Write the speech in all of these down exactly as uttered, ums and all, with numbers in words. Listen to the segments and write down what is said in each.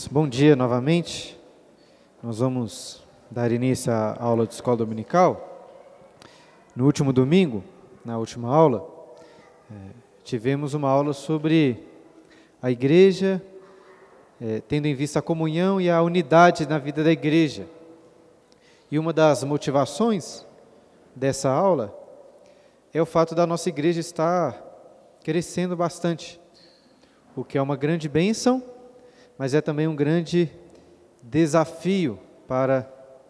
Bom dia novamente. Nós vamos dar início à aula de escola dominical. No último domingo, na última aula, é, tivemos uma aula sobre a igreja, é, tendo em vista a comunhão e a unidade na vida da igreja. E uma das motivações dessa aula é o fato da nossa igreja estar crescendo bastante, o que é uma grande bênção, mas é também um grande desafio para,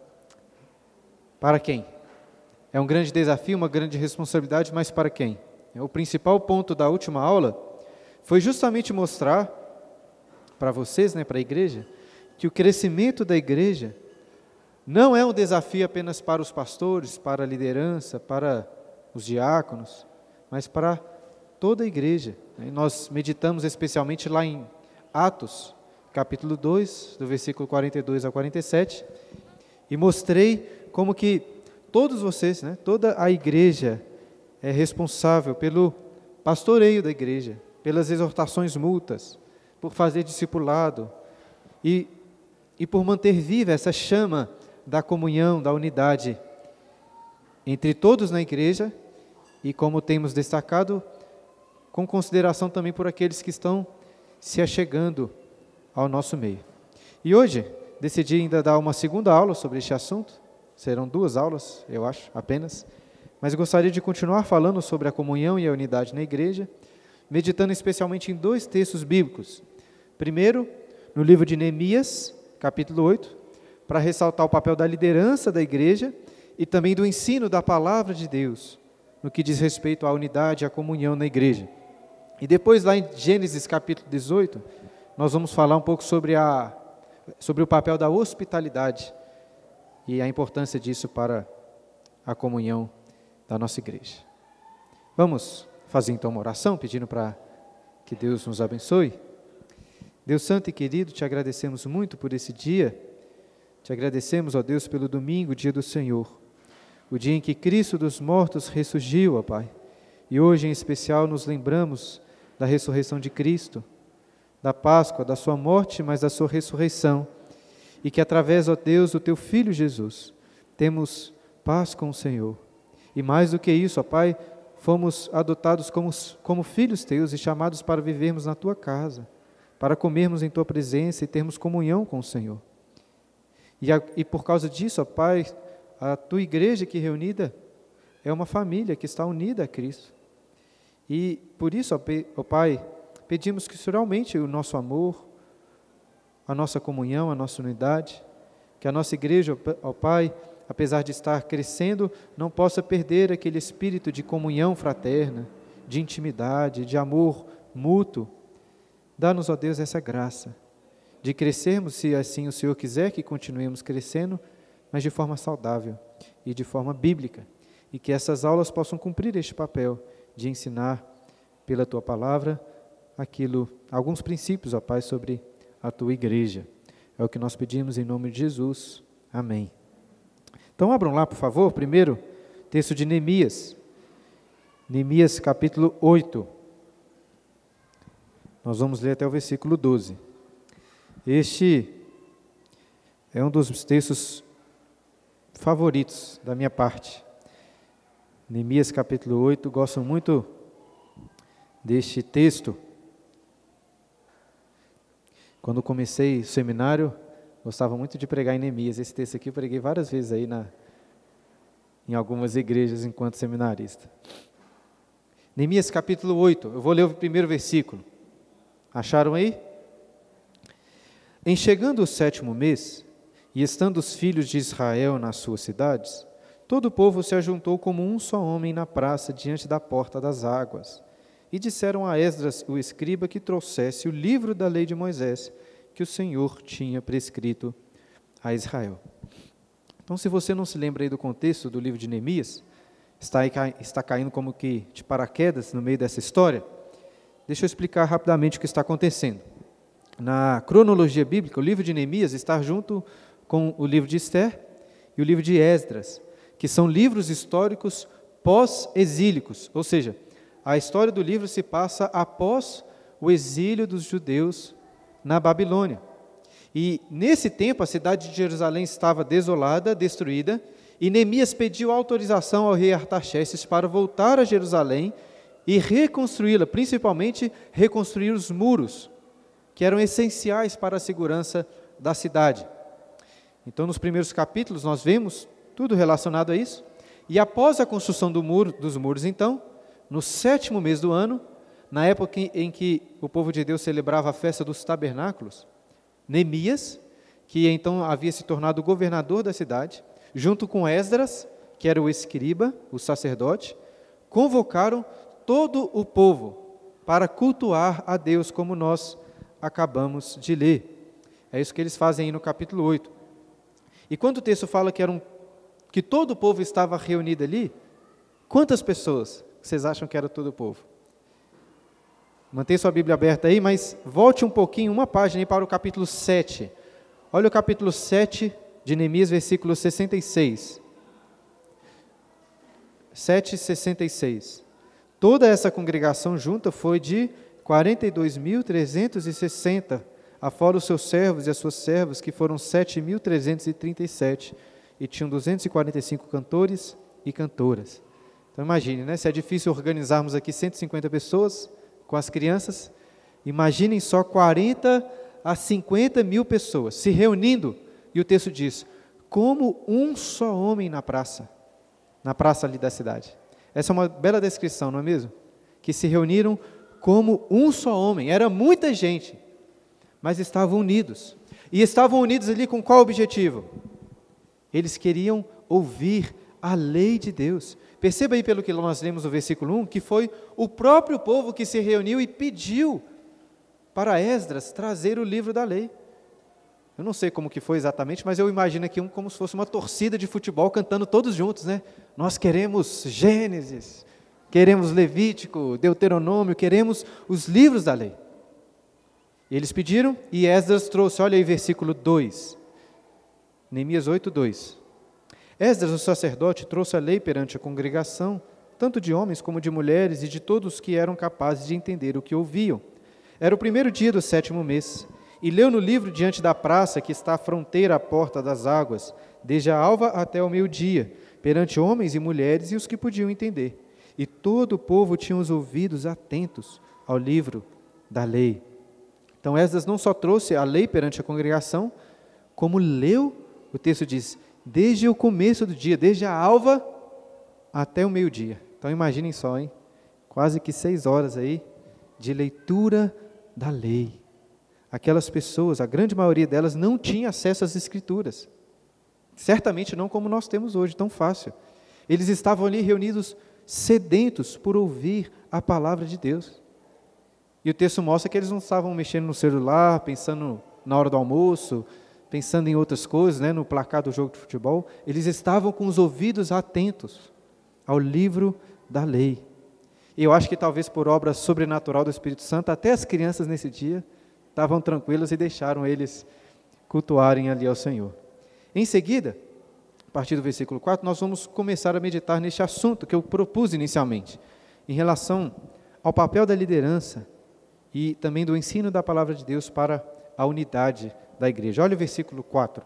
para quem? É um grande desafio, uma grande responsabilidade, mas para quem? O principal ponto da última aula foi justamente mostrar para vocês, né, para a igreja, que o crescimento da igreja não é um desafio apenas para os pastores, para a liderança, para os diáconos, mas para toda a igreja. E nós meditamos especialmente lá em Atos, capítulo dois, do versículo quarenta e dois ao quarenta e sete, e mostrei como que todos vocês, né, toda a igreja é responsável pelo pastoreio da igreja, pelas exortações mútuas, por fazer discipulado e, e por manter viva essa chama da comunhão, da unidade entre todos na igreja e, como temos destacado, com consideração também por aqueles que estão se achegando ao nosso meio. E hoje, decidi ainda dar uma segunda aula sobre este assunto, serão duas aulas, eu acho, apenas, mas gostaria de continuar falando sobre a comunhão e a unidade na igreja, meditando especialmente em dois textos bíblicos. Primeiro, no livro de Neemias, capítulo oito, para ressaltar o papel da liderança da igreja e também do ensino da palavra de Deus, no que diz respeito à unidade e à comunhão na igreja. E depois, lá em Gênesis, capítulo dezoito, nós vamos falar um pouco sobre, a, sobre o papel da hospitalidade e a importância disso para a comunhão da nossa igreja. Vamos fazer então uma oração, pedindo para que Deus nos abençoe. Deus santo e querido, te agradecemos muito por esse dia, te agradecemos, ó Deus, pelo domingo, dia do Senhor, o dia em que Cristo dos mortos ressurgiu, ó Pai, e hoje em especial nos lembramos da ressurreição de Cristo, da Páscoa, da sua morte, mas da sua ressurreição, e que através, ó Deus, do teu Filho Jesus, temos paz com o Senhor. E mais do que isso, ó Pai, fomos adotados como, como filhos teus e chamados para vivermos na tua casa, para comermos em tua presença e termos comunhão com o Senhor. E, a, e por causa disso, ó Pai, a tua igreja aqui reunida é uma família que está unida a Cristo. E por isso, ó, ó Pai, pedimos que Senhor aumente o nosso amor, a nossa comunhão, a nossa unidade, que a nossa igreja, ó Pai, apesar de estar crescendo, não possa perder aquele espírito de comunhão fraterna, de intimidade, de amor mútuo. Dá-nos, ó Deus, essa graça de crescermos, se assim o Senhor quiser que continuemos crescendo, mas de forma saudável e de forma bíblica, e que essas aulas possam cumprir este papel de ensinar pela Tua palavra aquilo, alguns princípios, ó Pai, sobre a Tua igreja. É o que nós pedimos em nome de Jesus. Amém. Então abram lá, por favor, primeiro texto de Neemias, Neemias capítulo oito. Nós vamos ler até o versículo doze. Este é um dos textos favoritos da minha parte. Neemias capítulo oito, gosto muito deste texto. Quando comecei o seminário, gostava muito de pregar em Neemias. Esse texto aqui eu preguei várias vezes aí na, em algumas igrejas enquanto seminarista. Neemias capítulo oito, eu vou ler o primeiro versículo. Acharam aí? Em chegando o sétimo mês, e estando os filhos de Israel nas suas cidades, todo o povo se ajuntou como um só homem na praça diante da porta das águas, e disseram a Esdras, o escriba, que trouxesse o livro da lei de Moisés, que o Senhor tinha prescrito a Israel. Então, se você não se lembra aí do contexto do livro de Neemias, está, aí, está caindo como que de paraquedas no meio dessa história, deixa eu explicar rapidamente o que está acontecendo. Na cronologia bíblica, o livro de Neemias está junto com o livro de Esther e o livro de Esdras, que são livros históricos pós-exílicos, ou seja, a história do livro se passa após o exílio dos judeus na Babilônia. E nesse tempo a cidade de Jerusalém estava desolada, destruída, e Neemias pediu autorização ao rei Artaxerxes para voltar a Jerusalém e reconstruí-la, principalmente reconstruir os muros, que eram essenciais para a segurança da cidade. Então, nos primeiros capítulos, nós vemos tudo relacionado a isso. E após a construção do muro, dos muros, então, no sétimo mês do ano, na época em que o povo de Deus celebrava a festa dos tabernáculos, Neemias, que então havia se tornado governador da cidade, junto com Esdras, que era o escriba, o sacerdote, convocaram todo o povo para cultuar a Deus, como nós acabamos de ler. É isso que eles fazem aí no capítulo oito. E quando o texto fala que, era um, que todo o povo estava reunido ali, quantas pessoas vocês acham que era todo o povo? Mantenha sua Bíblia aberta aí, mas volte um pouquinho, uma página aí para o capítulo sete. Olha o capítulo sete de Neemias, versículo sessenta e seis. sete, sessenta e seis. Toda essa congregação junta foi de quarenta e dois mil trezentos e sessenta, afora os seus servos e as suas servas, que foram sete mil trezentos e trinta e sete, e tinham duzentos e quarenta e cinco cantores e cantoras. Então imagine, né? Se é difícil organizarmos aqui cento e cinquenta pessoas com as crianças, imaginem só quarenta a cinquenta mil pessoas se reunindo, e o texto diz, como um só homem na praça, na praça ali da cidade. Essa é uma bela descrição, não é mesmo? Que se reuniram como um só homem, era muita gente, mas estavam unidos. E estavam unidos ali com qual objetivo? Eles queriam ouvir a lei de Deus. Perceba aí pelo que nós lemos no versículo um, que foi o próprio povo que se reuniu e pediu para Esdras trazer o livro da lei. Eu não sei como que foi exatamente, mas eu imagino aqui um, como se fosse uma torcida de futebol cantando todos juntos, né? Nós queremos Gênesis, queremos Levítico, Deuteronômio, queremos os livros da lei. Eles pediram e Esdras trouxe, olha aí versículo dois, Neemias oito, dois. Esdras, o sacerdote, trouxe a lei perante a congregação, tanto de homens como de mulheres e de todos que eram capazes de entender o que ouviam. Era o primeiro dia do sétimo mês, e leu no livro diante da praça que está à fronteira à porta das águas, desde a alva até o meio-dia, perante homens e mulheres e os que podiam entender. E todo o povo tinha os ouvidos atentos ao livro da lei. Então Esdras não só trouxe a lei perante a congregação, como leu, o texto diz, desde o começo do dia, desde a alva até o meio-dia. Então imaginem só, hein? Quase que seis horas aí de leitura da lei. Aquelas pessoas, a grande maioria delas, não tinha acesso às escrituras. Certamente não como nós temos hoje, tão fácil. Eles estavam ali reunidos, sedentos por ouvir a palavra de Deus. E o texto mostra que eles não estavam mexendo no celular, pensando na hora do almoço, pensando em outras coisas, né, no placar do jogo de futebol. Eles estavam com os ouvidos atentos ao livro da lei. E eu acho que talvez por obra sobrenatural do Espírito Santo, até as crianças nesse dia estavam tranquilas e deixaram eles cultuarem ali ao Senhor. Em seguida, a partir do versículo quatro, nós vamos começar a meditar neste assunto que eu propus inicialmente, em relação ao papel da liderança e também do ensino da palavra de Deus para a unidade da igreja. Olha o versículo quatro.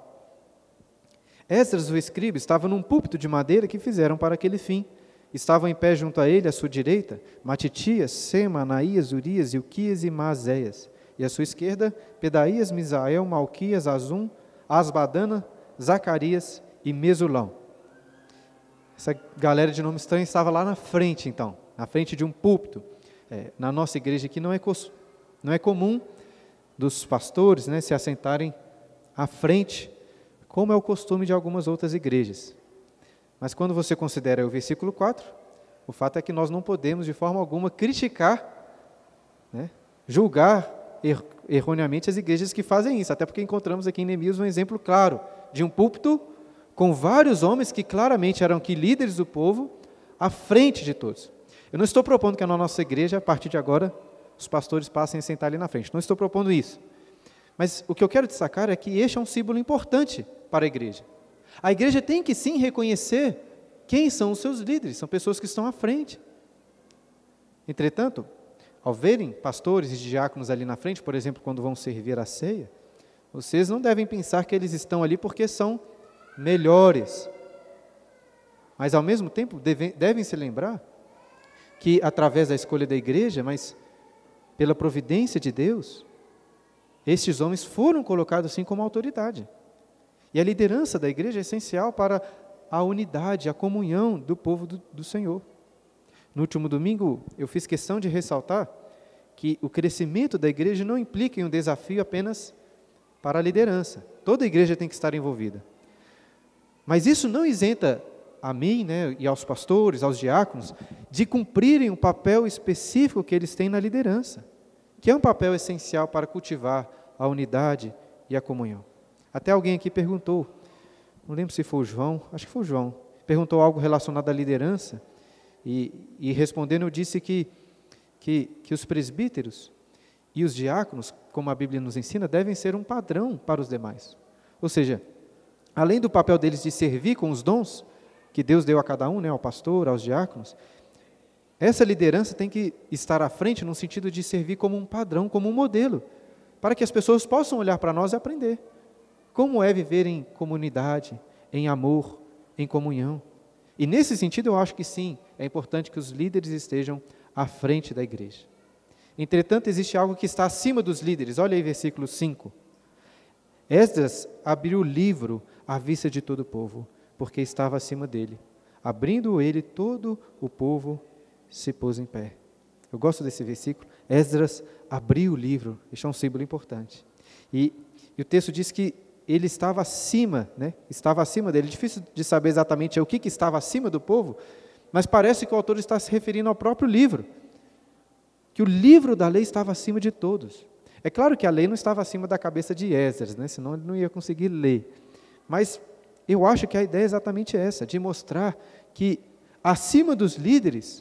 Esdras, o escriba, estava num púlpito de madeira que fizeram para aquele fim. Estavam em pé junto a ele, à sua direita, Matitias, Sema, Anaías, Urias, Ilquias e Maazéias. E à sua esquerda, Pedaías, Misael, Malquias, Azum, Asbadana, Zacarias e Mesulão. Essa galera de nome estranho estava lá na frente, então, na frente de um púlpito. É, na nossa igreja aqui não é, não é comum dos pastores, né, se assentarem à frente, como é o costume de algumas outras igrejas. Mas quando você considera o versículo quatro, o fato é que nós não podemos de forma alguma criticar, né, julgar er, erroneamente as igrejas que fazem isso, até porque encontramos aqui em Neemias um exemplo claro de um púlpito com vários homens que claramente eram que líderes do povo à frente de todos. Eu não estou propondo que na nossa igreja, a partir de agora, os pastores passem a sentar ali na frente. Não estou propondo isso. Mas o que eu quero destacar é que este é um símbolo importante para a igreja. A igreja tem que sim reconhecer quem são os seus líderes, são pessoas que estão à frente. Entretanto, ao verem pastores e diáconos ali na frente, por exemplo, quando vão servir a ceia, Vocês não devem pensar que eles estão ali porque são melhores. Mas, ao mesmo tempo, devem, devem se lembrar que, através da escolha da igreja, mas pela providência de Deus, estes homens foram colocados assim como autoridade. E a liderança da igreja é essencial para a unidade, a comunhão do povo do, do Senhor. No último domingo, eu fiz questão de ressaltar que o crescimento da igreja não implica em um desafio apenas para a liderança. Toda a igreja tem que estar envolvida. Mas isso não isenta a mim, né, e aos pastores, aos diáconos, de cumprirem um papel específico que eles têm na liderança, que é um papel essencial para cultivar a unidade e a comunhão. Até alguém aqui perguntou, não lembro se foi o João, acho que foi o João, perguntou algo relacionado à liderança, e, e respondendo eu disse que, que, que os presbíteros e os diáconos, como a Bíblia nos ensina, devem ser um padrão para os demais. Ou seja, além do papel deles de servir com os dons que Deus deu a cada um, né, ao pastor, aos diáconos, essa liderança tem que estar à frente no sentido de servir como um padrão, como um modelo, para que as pessoas possam olhar para nós e aprender como é viver em comunidade, em amor, em comunhão. E nesse sentido eu acho que sim, é importante que os líderes estejam à frente da igreja. Entretanto, existe algo que está acima dos líderes. Olha aí versículo cinco. Esdras abriu o livro à vista de todo o povo, porque estava acima dele. Abrindo ele, todo o povo se pôs em pé. Eu gosto desse versículo. Esdras abriu o livro. Este é um símbolo importante. E, e o texto diz que ele estava acima, né? Estava acima dele. É difícil de saber exatamente o que, que estava acima do povo, mas parece que o autor está se referindo ao próprio livro. Que o livro da lei estava acima de todos. É claro que a lei não estava acima da cabeça de Esdras, né? Senão ele não ia conseguir ler. Mas eu acho que a ideia é exatamente essa, de mostrar que acima dos líderes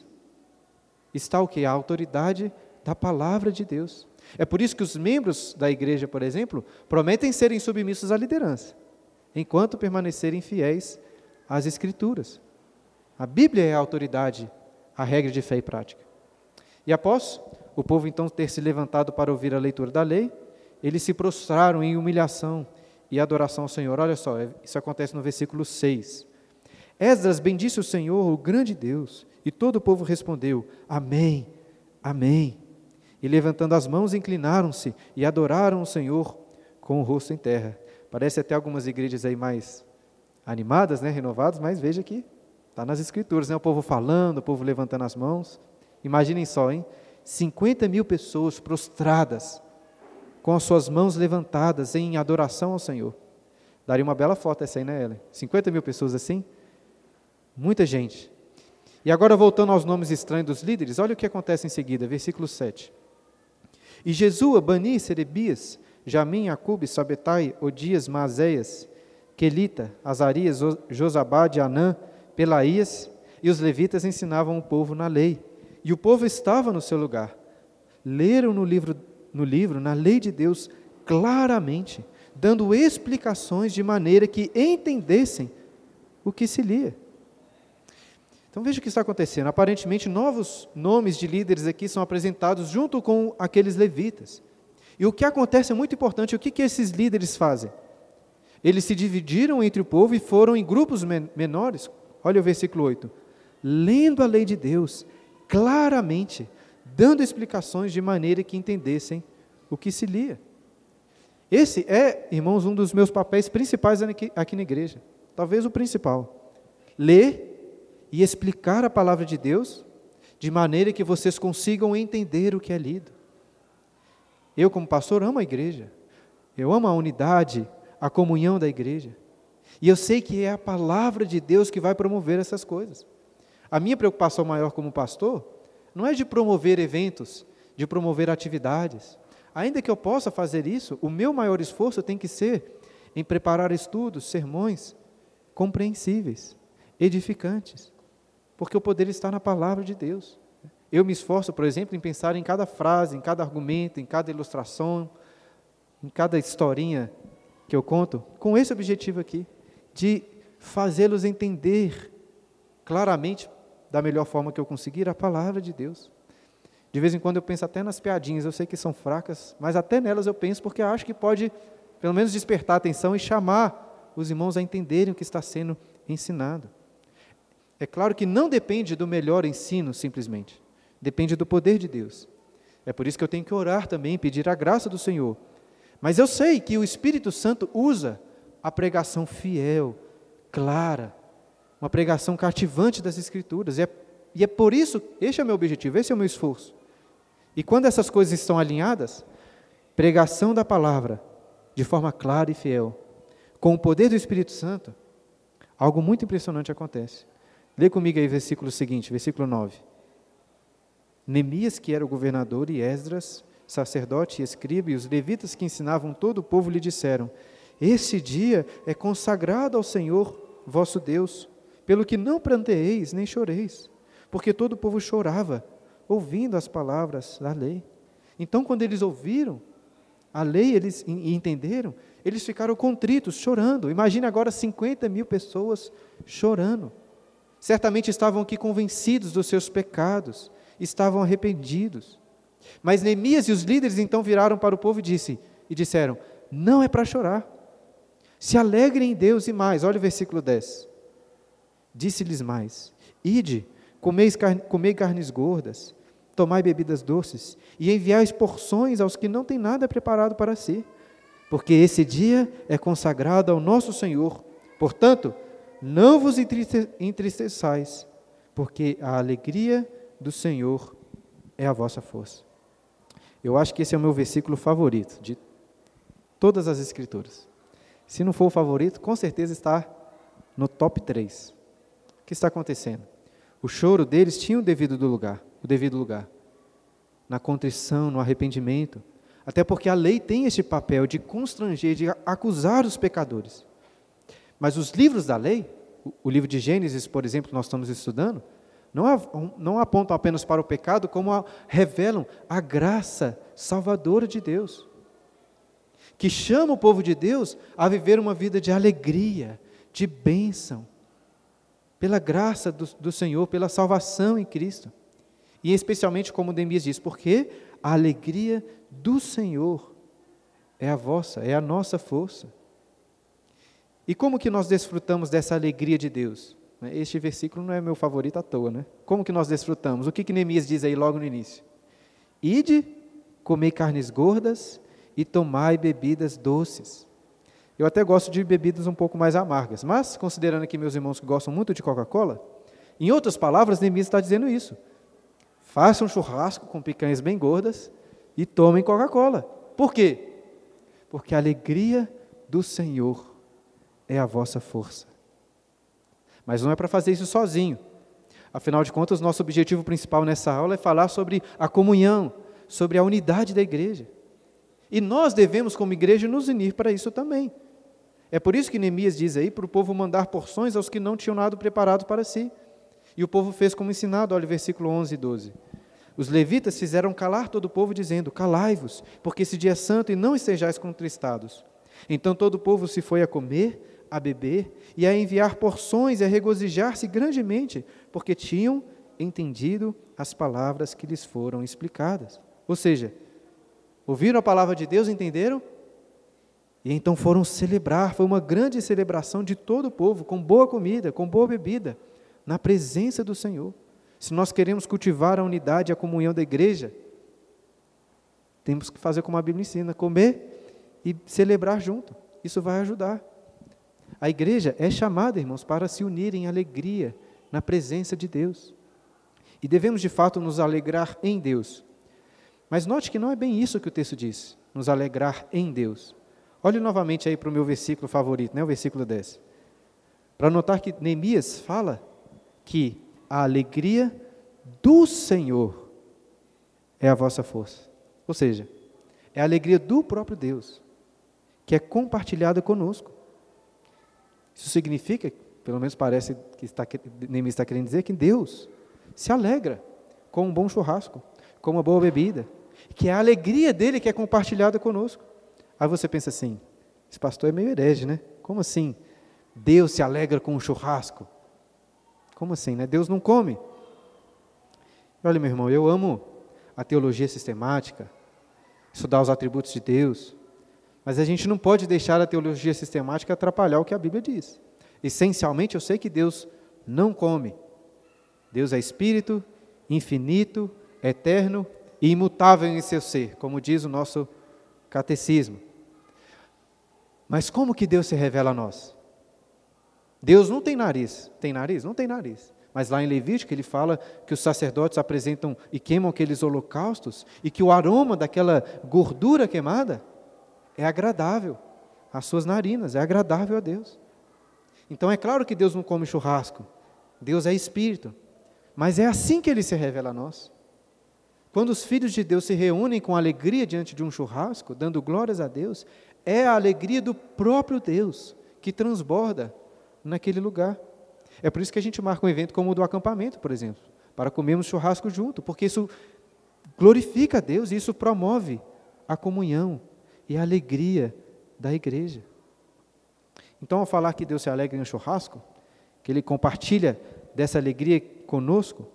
está o quê? A autoridade da palavra de Deus. É por isso que os membros da igreja, por exemplo, prometem serem submissos à liderança, enquanto permanecerem fiéis às Escrituras. A Bíblia é a autoridade, a regra de fé e prática. E após o povo então ter se levantado para ouvir a leitura da lei, eles se prostraram em humilhação e adoração ao Senhor. Olha só, isso acontece no versículo seis. Esdras bendisse o Senhor, o grande Deus, e todo o povo respondeu, amém, amém. E levantando as mãos, inclinaram-se e adoraram o Senhor com o rosto em terra. Parece até algumas igrejas aí mais animadas, né, renovadas, mas veja que está nas Escrituras, né, o povo falando, o povo levantando as mãos. Imaginem só, hein? cinquenta mil pessoas prostradas, com as suas mãos levantadas em adoração ao Senhor. Daria uma bela foto essa aí, né, Ellen? cinquenta mil pessoas assim? Muita gente. E agora, voltando aos nomes estranhos dos líderes, olha o que acontece em seguida, versículo sete. E Jesua, Bani, Serebias, Jamim, Acube, Sabetai, Odias, Maazéias, Quelita, Azarias, Josabade, Anã, Pelaías, e os levitas ensinavam o povo na lei. E o povo estava no seu lugar. Leram no livro, no livro, na lei de Deus, claramente, dando explicações de maneira que entendessem o que se lia. Então veja o que está acontecendo. Aparentemente, novos nomes de líderes aqui são apresentados junto com aqueles levitas. E o que acontece é muito importante. O que, que esses líderes fazem? Eles se dividiram entre o povo e foram em grupos men- menores. Olha o versículo oito. Lendo a lei de Deus claramente, dando explicações de maneira que entendessem o que se lia. Esse é, irmãos, um dos meus papéis principais aqui, aqui na igreja. Talvez o principal. Ler e explicar a palavra de Deus de maneira que vocês consigam entender o que é lido. Eu, como pastor, amo a igreja. Eu amo a unidade, a comunhão da igreja. E eu sei que é a palavra de Deus que vai promover essas coisas. A minha preocupação maior como pastor não é de promover eventos, de promover atividades. Ainda que eu possa fazer isso, o meu maior esforço tem que ser em preparar estudos, sermões compreensíveis, edificantes, porque o poder está na palavra de Deus. Eu me esforço, por exemplo, em pensar em cada frase, em cada argumento, em cada ilustração, em cada historinha que eu conto, com esse objetivo aqui, de fazê-los entender claramente, da melhor forma que eu conseguir, a palavra de Deus. De vez em quando eu penso até nas piadinhas, eu sei que são fracas, mas até nelas eu penso porque eu acho que pode pelo menos despertar a atenção e chamar os irmãos a entenderem o que está sendo ensinado. É claro que não depende do melhor ensino, simplesmente. Depende do poder de Deus. É por isso que eu tenho que orar também, pedir a graça do Senhor. Mas eu sei que o Espírito Santo usa a pregação fiel, clara, uma pregação cativante das Escrituras. E é, e é por isso, este é o meu objetivo, esse é o meu esforço. E quando essas coisas estão alinhadas, pregação da palavra, de forma clara e fiel, com o poder do Espírito Santo, algo muito impressionante acontece. Lê comigo aí o versículo seguinte, versículo nove. Neemias, que era o governador, e Esdras, sacerdote e escriba, e os levitas que ensinavam todo o povo, lhe disseram: esse dia é consagrado ao Senhor, vosso Deus, pelo que não pranteeis nem choreis, porque todo o povo chorava, ouvindo as palavras da lei. Então, quando eles ouviram a lei eles, e entenderam, eles ficaram contritos, chorando. Imagine agora cinquenta mil pessoas chorando. Certamente estavam aqui convencidos dos seus pecados, estavam arrependidos. Mas Neemias e os líderes então viraram para o povo e, disse, e disseram: não é para chorar, se alegrem em Deus. E mais, olha o versículo dez. Disse-lhes mais: ide, comeis carne, comei carnes gordas, tomai bebidas doces, e enviais porções aos que não têm nada preparado para si, porque esse dia é consagrado ao nosso Senhor. Portanto, não vos entristeçais, porque a alegria do Senhor é a vossa força. Eu acho que esse é o meu versículo favorito de todas as Escrituras. Se não for o favorito, com certeza está no top três. O que está acontecendo? O choro deles tinha o devido lugar, o devido lugar, na contrição, no arrependimento, até porque a lei tem esse papel de constranger, de acusar os pecadores. Mas os livros da lei, o livro de Gênesis, por exemplo, que nós estamos estudando, não, não apontam apenas para o pecado, como a, revelam a graça salvadora de Deus, que chama o povo de Deus a viver uma vida de alegria, de bênção, pela graça do, do Senhor, pela salvação em Cristo. E especialmente, como Neemias diz, porque a alegria do Senhor é a vossa, é a nossa força. E como que nós desfrutamos dessa alegria de Deus? Este versículo não é meu favorito à toa, né? Como que nós desfrutamos? O que que Neemias diz aí logo no início? Ide, comei carnes gordas e tomai bebidas doces. Eu até gosto de bebidas um pouco mais amargas, mas, considerando aqui meus irmãos que gostam muito de Coca-Cola, em outras palavras, Neemias está dizendo isso. Façam um churrasco com picanhas bem gordas e tomem Coca-Cola. Por quê? Porque a alegria do Senhor é a vossa força. Mas não é para fazer isso sozinho. Afinal de contas, nosso objetivo principal nessa aula é falar sobre a comunhão, sobre a unidade da igreja. E nós devemos, como igreja, nos unir para isso também. É por isso que Neemias diz aí para o povo mandar porções aos que não tinham nada preparado para si. E o povo fez como ensinado, olha o versículo onze e doze. Os levitas fizeram calar todo o povo, dizendo: calai-vos, porque esse dia é santo e não estejais contristados. Então todo o povo se foi a comer, a beber e a enviar porções e a regozijar-se grandemente, porque tinham entendido as palavras que lhes foram explicadas. Ou seja, ouviram a palavra de Deus, entenderam? E então foram celebrar, foi uma grande celebração de todo o povo, com boa comida, com boa bebida, na presença do Senhor. Se nós queremos cultivar a unidade e a comunhão da igreja, temos que fazer como a Bíblia ensina, comer e celebrar junto. Isso vai ajudar. A igreja é chamada, irmãos, para se unir em alegria na presença de Deus. E devemos, de fato, nos alegrar em Deus. Mas note que não é bem isso que o texto diz, nos alegrar em Deus. Olhe novamente aí para o meu versículo favorito, né, o versículo dez. Para notar que Neemias fala que a alegria do Senhor é a vossa força. Ou seja, é a alegria do próprio Deus, que é compartilhada conosco. Isso significa, pelo menos parece que está, Neemias está querendo dizer, que Deus se alegra com um bom churrasco, com uma boa bebida, que é a alegria dele que é compartilhada conosco. Aí você pensa assim, esse pastor é meio herege, né? Como assim? Deus se alegra com um churrasco? Como assim, né? Deus não come. Olha, meu irmão, eu amo a teologia sistemática, estudar os atributos de Deus, Mas a gente não pode deixar a teologia sistemática atrapalhar o que a Bíblia diz. Essencialmente, eu sei que Deus não come. Deus é espírito, infinito, eterno e imutável em seu ser, como diz o nosso catecismo. Mas como que Deus se revela a nós? Deus não tem nariz. Tem nariz? Não tem nariz. Mas lá em Levítico ele fala que os sacerdotes apresentam e queimam aqueles holocaustos e que o aroma daquela gordura queimada é agradável às suas narinas, é agradável a Deus. Então é claro que Deus não come churrasco. Deus é espírito. Mas é assim que Ele se revela a nós. Quando os filhos de Deus se reúnem com alegria diante de um churrasco, dando glórias a Deus, é a alegria do próprio Deus que transborda naquele lugar. É por isso que a gente marca um evento como o do acampamento, por exemplo, para comermos churrasco junto, porque isso glorifica a Deus e isso promove a comunhão e a alegria da igreja. Então, ao falar que Deus se alegra em um churrasco, que Ele compartilha dessa alegria conosco,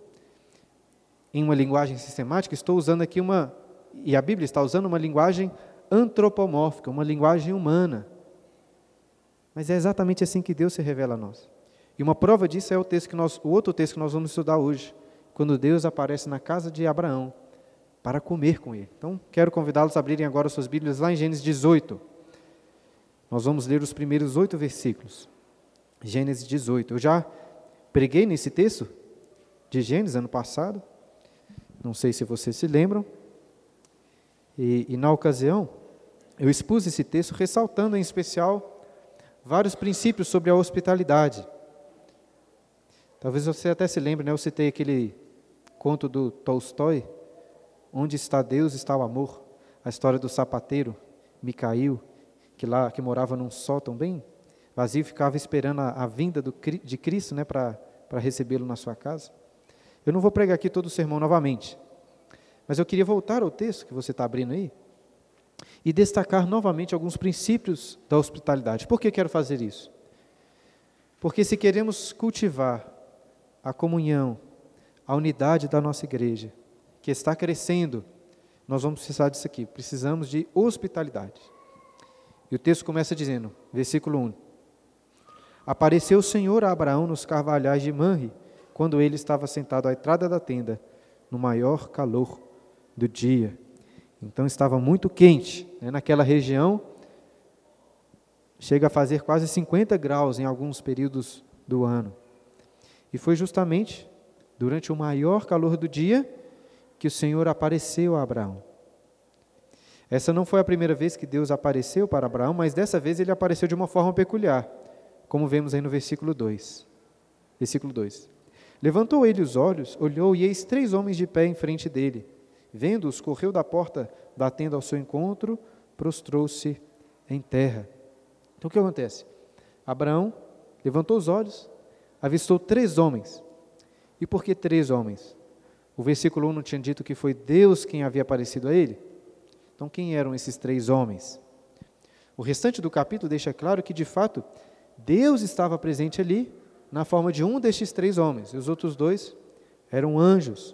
em uma linguagem sistemática, estou usando aqui uma, e a Bíblia está usando uma linguagem antropomórfica, uma linguagem humana. Mas é exatamente assim que Deus se revela a nós. E uma prova disso é o, texto que nós, o outro texto que nós vamos estudar hoje, quando Deus aparece na casa de Abraão para comer com ele. Então, quero convidá-los a abrirem agora suas Bíblias lá em Gênesis dezoito. Nós vamos ler os primeiros oito versículos. Gênesis dezoito. Eu já preguei nesse texto de Gênesis ano passado. Não sei se vocês se lembram. E, e na ocasião, eu expus esse texto ressaltando em especial vários princípios sobre a hospitalidade. Talvez você até se lembre, né? Eu citei aquele conto do Tolstói, Onde está Deus, está o amor. A história do sapateiro, Micail, que lá que morava num sótão bem vazio, ficava esperando a, a vinda do, de Cristo, né, para recebê-lo na sua casa. Eu não vou pregar aqui todo o sermão novamente, mas eu queria voltar ao texto que você está abrindo aí e destacar novamente alguns princípios da hospitalidade. Por que quero fazer isso? Porque se queremos cultivar a comunhão, a unidade da nossa igreja, que está crescendo, nós vamos precisar disso aqui, precisamos de hospitalidade. E o texto começa dizendo, versículo um, apareceu o Senhor a Abraão nos carvalhais de Manre, quando ele estava sentado à entrada da tenda, no maior calor do dia. Então estava muito quente, né, naquela região, chega a fazer quase cinquenta graus em alguns períodos do ano. E foi justamente durante o maior calor do dia que o Senhor apareceu a Abraão. Essa não foi a primeira vez que Deus apareceu para Abraão, mas dessa vez ele apareceu de uma forma peculiar, como vemos aí no versículo dois. Versículo dois. Levantou ele os olhos, olhou e eis três homens de pé em frente dele. Vendo-os, correu da porta da tenda ao seu encontro, prostrou-se em terra. Então o que acontece? Abraão levantou os olhos, avistou três homens. E por que três homens? O versículo um não tinha dito que foi Deus quem havia aparecido a ele? Então, quem eram esses três homens? O restante do capítulo deixa claro que, de fato, Deus estava presente ali, na forma de um destes três homens, e os outros dois eram anjos.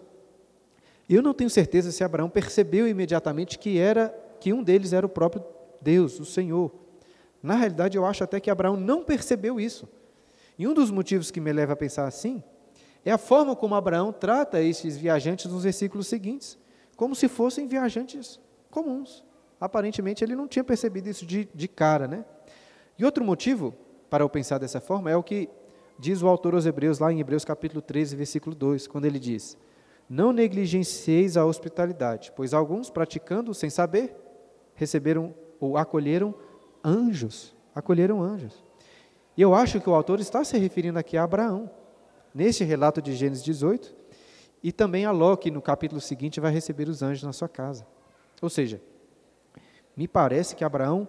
E eu não tenho certeza se Abraão percebeu imediatamente que, era, que um deles era o próprio Deus, o Senhor. Na realidade, eu acho até que Abraão não percebeu isso. E um dos motivos que me leva a pensar assim é a forma como Abraão trata esses viajantes nos versículos seguintes, como se fossem viajantes comuns. Aparentemente, ele não tinha percebido isso de, de cara, né? E outro motivo para eu pensar dessa forma é o que diz o autor aos Hebreus, lá em Hebreus capítulo treze, versículo dois, quando ele diz, não negligencieis a hospitalidade, pois alguns, praticando sem saber, receberam ou acolheram anjos, acolheram anjos. E eu acho que o autor está se referindo aqui a Abraão, neste relato de Gênesis dezoito, e também a Ló, que no capítulo seguinte vai receber os anjos na sua casa. Ou seja, me parece que Abraão,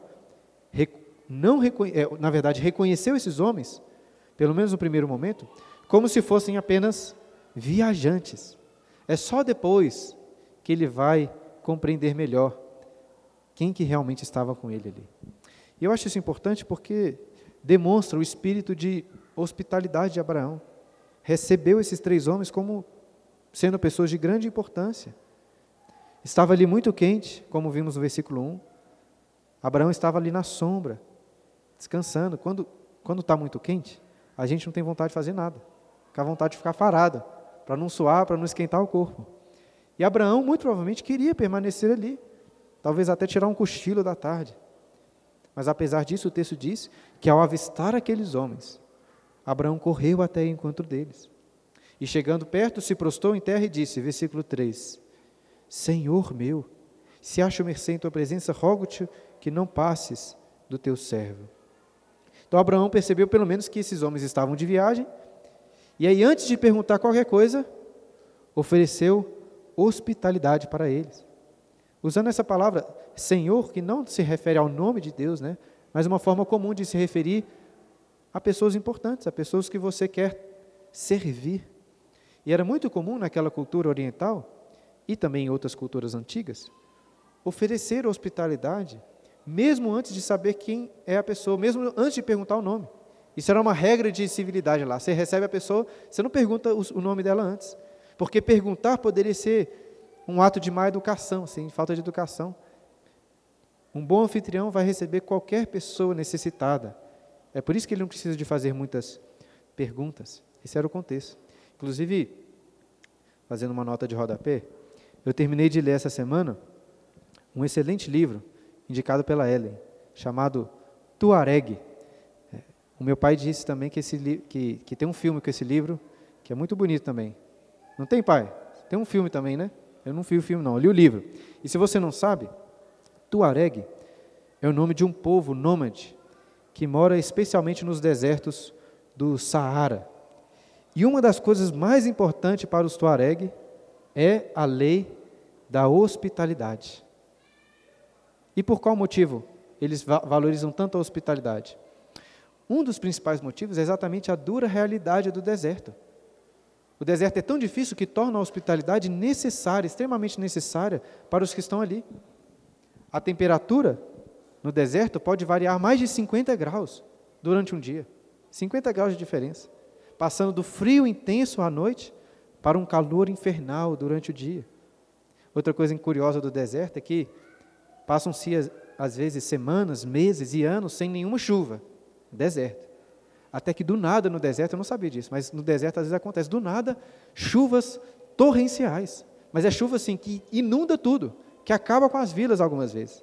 não, na verdade, reconheceu esses homens, pelo menos no primeiro momento, como se fossem apenas viajantes. É só depois que ele vai compreender melhor quem que realmente estava com ele ali. E eu acho isso importante porque demonstra o espírito de hospitalidade de Abraão. Recebeu esses três homens como sendo pessoas de grande importância. Estava ali muito quente, como vimos no versículo um, Abraão estava ali na sombra, descansando. Quando quando está muito quente, a gente não tem vontade de fazer nada. Fica a vontade de ficar parado, para não suar, para não esquentar o corpo. E Abraão, muito provavelmente, queria permanecer ali, talvez até tirar um cochilo da tarde. Mas, apesar disso, o texto diz que, ao avistar aqueles homens, Abraão correu até o encontro deles. E, chegando perto, se prostrou em terra e disse, versículo três, Senhor meu, se acho mercê em tua presença, rogo-te que não passes do teu servo. Então, Abraão percebeu pelo menos que esses homens estavam de viagem, e aí, antes de perguntar qualquer coisa, ofereceu hospitalidade para eles. Usando essa palavra Senhor, que não se refere ao nome de Deus, né, mas uma forma comum de se referir a pessoas importantes, a pessoas que você quer servir. E era muito comum naquela cultura oriental, e também em outras culturas antigas, oferecer hospitalidade, mesmo antes de saber quem é a pessoa, mesmo antes de perguntar o nome. Isso era uma regra de civilidade lá. Você recebe a pessoa, você não pergunta o nome dela antes, porque perguntar poderia ser um ato de má educação, assim, falta de educação. Um bom anfitrião vai receber qualquer pessoa necessitada. É por isso que ele não precisa de fazer muitas perguntas. Esse era o contexto. Inclusive, fazendo uma nota de rodapé, eu terminei de ler essa semana um excelente livro, indicado pela Ellen, chamado Tuareg. O meu pai disse também que, esse li- que, que tem um filme com esse livro, que é muito bonito também. Não tem, pai? Tem um filme também, né? Eu não vi o filme, não. Eu li o livro. E se você não sabe, Tuareg é o nome de um povo nômade que mora especialmente nos desertos do Saara. E uma das coisas mais importantes para os Tuareg é a lei da hospitalidade. E por qual motivo eles va- valorizam tanto a hospitalidade? Um dos principais motivos é exatamente a dura realidade do deserto. O deserto é tão difícil que torna a hospitalidade necessária, extremamente necessária para os que estão ali. A temperatura no deserto pode variar mais de cinquenta graus durante um dia. cinquenta graus de diferença. Passando do frio intenso à noite para um calor infernal durante o dia. Outra coisa curiosa do deserto é que passam-se, às vezes, semanas, meses e anos sem nenhuma chuva. Deserto. Até que do nada no deserto, eu não sabia disso, mas no deserto às vezes acontece, do nada, chuvas torrenciais. Mas é chuva assim, que inunda tudo, que acaba com as vilas algumas vezes.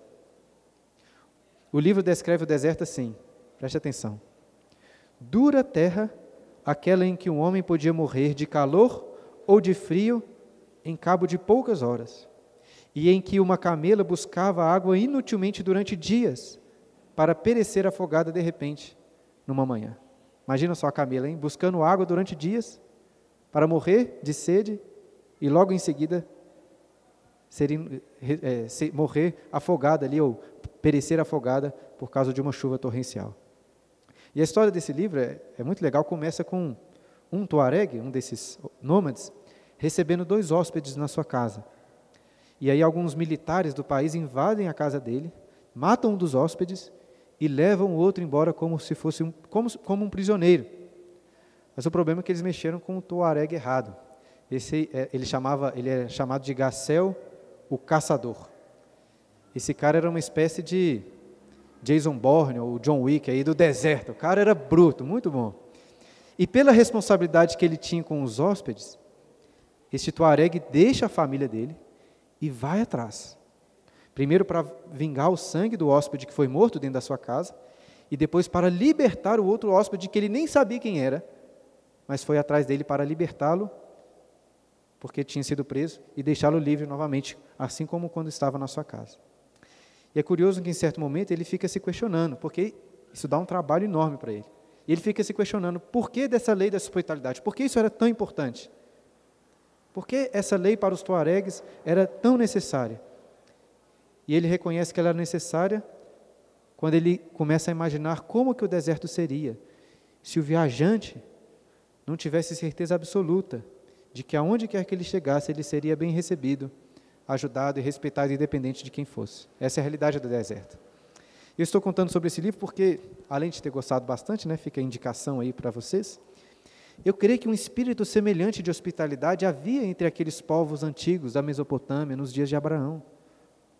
O livro descreve o deserto assim, preste atenção. Dura terra, aquela em que um homem podia morrer de calor ou de frio em cabo de poucas horas, e em que uma camela buscava água inutilmente durante dias, para perecer afogada de repente, numa manhã. Imagina só a camela, hein? Buscando água durante dias, para morrer de sede, e logo em seguida, ser, é, ser, morrer afogada ali, ou perecer afogada, por causa de uma chuva torrencial. E a história desse livro é, é muito legal, começa com um tuareg, um desses nômades, recebendo dois hóspedes na sua casa. E aí alguns militares do país invadem a casa dele, matam um dos hóspedes, e levam o outro embora como se fosse um, como, como um prisioneiro. Mas o problema é que eles mexeram com o tuareg errado. Esse, é, ele, chamava, ele é chamado de Gassel, o caçador. Esse cara era uma espécie de Jason Bourne ou John Wick aí do deserto. O cara era bruto, muito bom. E pela responsabilidade que ele tinha com os hóspedes, este tuareg deixa a família dele e vai atrás. Primeiro para vingar o sangue do hóspede que foi morto dentro da sua casa, e depois para libertar o outro hóspede que ele nem sabia quem era, mas foi atrás dele para libertá-lo, porque tinha sido preso, e deixá-lo livre novamente, assim como quando estava na sua casa. E é curioso que em certo momento ele fica se questionando, porque isso dá um trabalho enorme para ele. E ele fica se questionando, por que dessa lei da hospitalidade? Por que isso era tão importante? Por que essa lei para os tuaregues era tão necessária? E ele reconhece que ela era necessária quando ele começa a imaginar como que o deserto seria, se o viajante não tivesse certeza absoluta de que aonde quer que ele chegasse, ele seria bem recebido, ajudado e respeitado, independente de quem fosse. Essa é a realidade do deserto. Eu estou contando sobre esse livro porque, além de ter gostado bastante, né, fica a indicação aí para vocês, eu creio que um espírito semelhante de hospitalidade havia entre aqueles povos antigos da Mesopotâmia, nos dias de Abraão.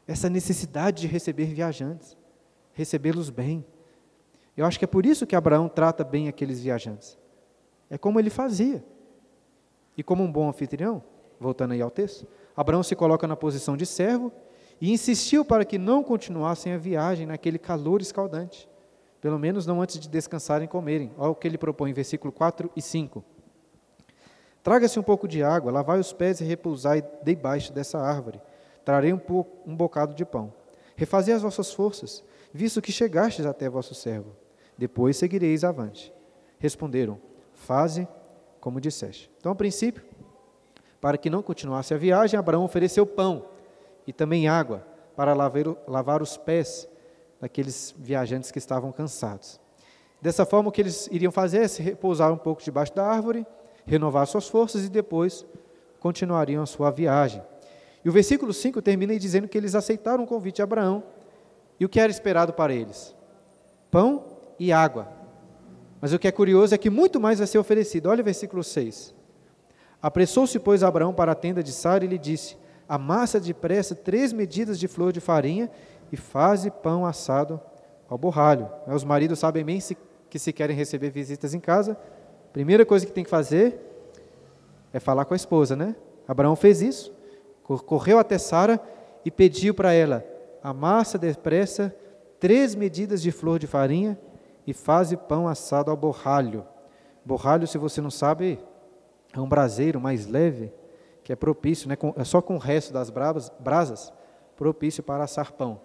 essa necessidade de receber viajantes, recebê-los bem. Eu acho que é por isso que Abraão trata bem aqueles viajantes. É como ele fazia. E como um bom anfitrião, voltando aí ao texto, Abraão se coloca na posição de servo e insistiu para que não continuassem a viagem naquele calor escaldante, pelo menos não antes de descansarem e comerem. Olha o que ele propõe em versículo quatro e cinco. Traga-se um pouco de água, lavai os pés e repousai debaixo dessa árvore. Trarei um, po- um bocado de pão. Refazei as vossas forças, visto que chegastes até vosso servo. Depois seguireis avante. Responderam, faze como disseste. Então, a princípio, para que não continuasse a viagem, Abraão ofereceu pão e também água para lavar, lavar os pés daqueles viajantes que estavam cansados. Dessa forma, o que eles iriam fazer é se repousar um pouco debaixo da árvore, renovar suas forças e depois continuariam a sua viagem. E o versículo cinco termina dizendo que eles aceitaram o convite de Abraão. E o que era esperado para eles? Pão e água. Mas o que é curioso é que muito mais vai ser oferecido. Olha o versículo seis. Apressou-se, pois, Abraão para a tenda de Sara e lhe disse, amassa depressa três medidas de flor de farinha e faze pão assado ao borralho. Os maridos sabem bem que se querem receber visitas em casa, a primeira coisa que tem que fazer é falar com a esposa, né? Abraão fez isso, correu até Sara e pediu para ela, amassa depressa três medidas de flor de farinha e faze pão assado ao borralho. Borralho, se você não sabe, é um braseiro mais leve, que é propício, né? É só com o resto das brasas, brasas, propício para assar pão.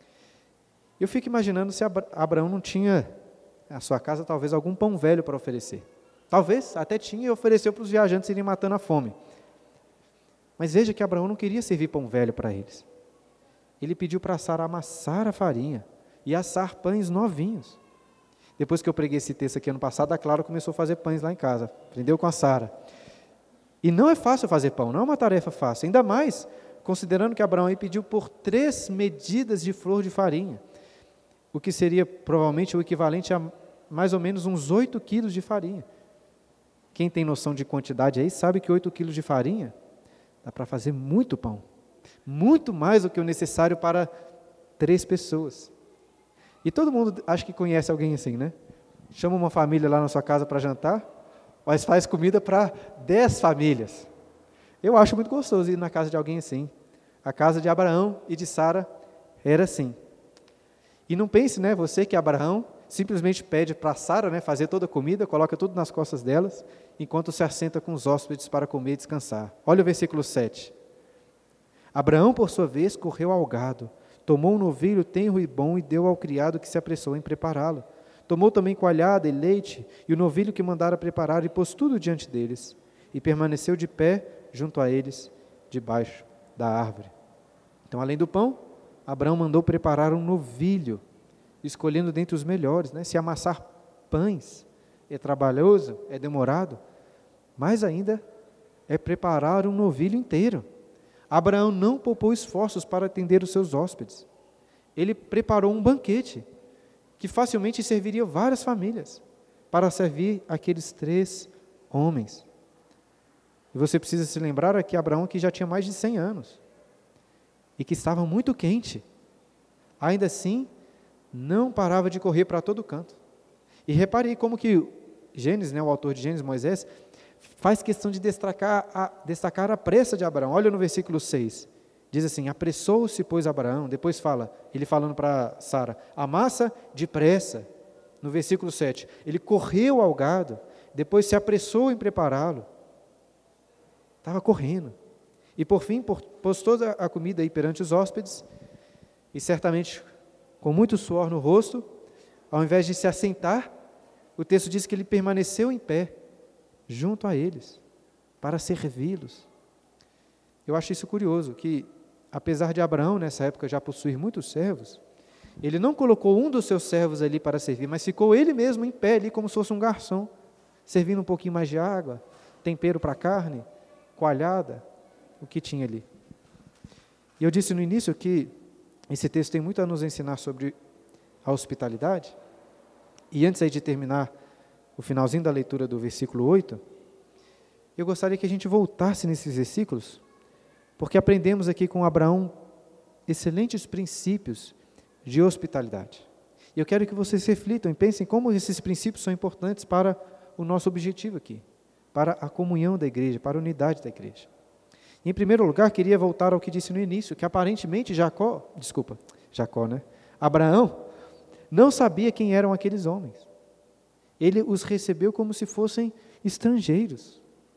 Eu fico imaginando se Abraão não tinha, na sua casa, talvez algum pão velho para oferecer. Talvez até tinha e ofereceu para os viajantes irem matando a fome. Mas veja que Abraão não queria servir pão velho para eles. Ele pediu para Sara amassar a farinha e assar pães novinhos. Depois que eu preguei esse texto aqui ano passado, a Clara começou a fazer pães lá em casa. Aprendeu com a Sara. E não é fácil fazer pão, não é uma tarefa fácil. Ainda mais, considerando que Abraão aí pediu por três medidas de flor de farinha. O que seria provavelmente o equivalente a mais ou menos uns oito quilos de farinha. Quem tem noção de quantidade aí sabe que oito quilos de farinha dá para fazer muito pão. Muito mais do que o necessário para três pessoas. E todo mundo acho que conhece alguém assim, né? Chama uma família lá na sua casa para jantar, mas faz comida para dez famílias. Eu acho muito gostoso ir na casa de alguém assim. A casa de Abraão e de Sara era assim. E não pense, né, você que Abraão simplesmente pede para Sara, né, fazer toda a comida, coloca tudo nas costas delas, enquanto se assenta com os hóspedes para comer e descansar. Olha o versículo sete. Abraão, por sua vez, correu ao gado, tomou um novilho tenro e bom e deu ao criado que se apressou em prepará-lo. Tomou também coalhada e leite e o novilho que mandara preparar e pôs tudo diante deles. E permaneceu de pé junto a eles, debaixo da árvore. Então, além do pão, Abraão mandou preparar um novilho, escolhendo dentre os melhores, né? Se amassar pães é trabalhoso, é demorado, mais ainda é preparar um novilho inteiro. Abraão não poupou esforços para atender os seus hóspedes. Ele preparou um banquete que facilmente serviria várias famílias para servir aqueles três homens. E você precisa se lembrar aqui, Abraão que já tinha mais de cem anos e que estava muito quente. Ainda assim, não parava de correr para todo canto. E repare como que Gênesis, né, o autor de Gênesis, Moisés, faz questão de destacar a, destacar a pressa de Abraão. Olha no versículo seis, diz assim, apressou-se, pois, Abraão, depois fala, ele falando para Sara, amassa depressa. No versículo sete, ele correu ao gado, depois se apressou em prepará-lo. Estava correndo. E por fim, pôs toda a comida aí perante os hóspedes, e certamente com muito suor no rosto, ao invés de se assentar, o texto diz que ele permaneceu em pé, junto a eles, para servi-los. Eu acho isso curioso, que apesar de Abraão, nessa época, já possuir muitos servos, ele não colocou um dos seus servos ali para servir, mas ficou ele mesmo em pé ali, como se fosse um garçom, servindo um pouquinho mais de água, tempero para a carne, coalhada, o que tinha ali. E eu disse no início que esse texto tem muito a nos ensinar sobre a hospitalidade, e antes aí de terminar o finalzinho da leitura do versículo oito, eu gostaria que a gente voltasse nesses versículos, porque aprendemos aqui com Abraão excelentes princípios de hospitalidade. E eu quero que vocês reflitam e pensem como esses princípios são importantes para o nosso objetivo aqui, para a comunhão da igreja, para a unidade da igreja. E, em primeiro lugar, queria voltar ao que disse no início, que aparentemente Jacó, desculpa, Jacó, né? Abraão não sabia quem eram aqueles homens. Ele os recebeu como se fossem estrangeiros.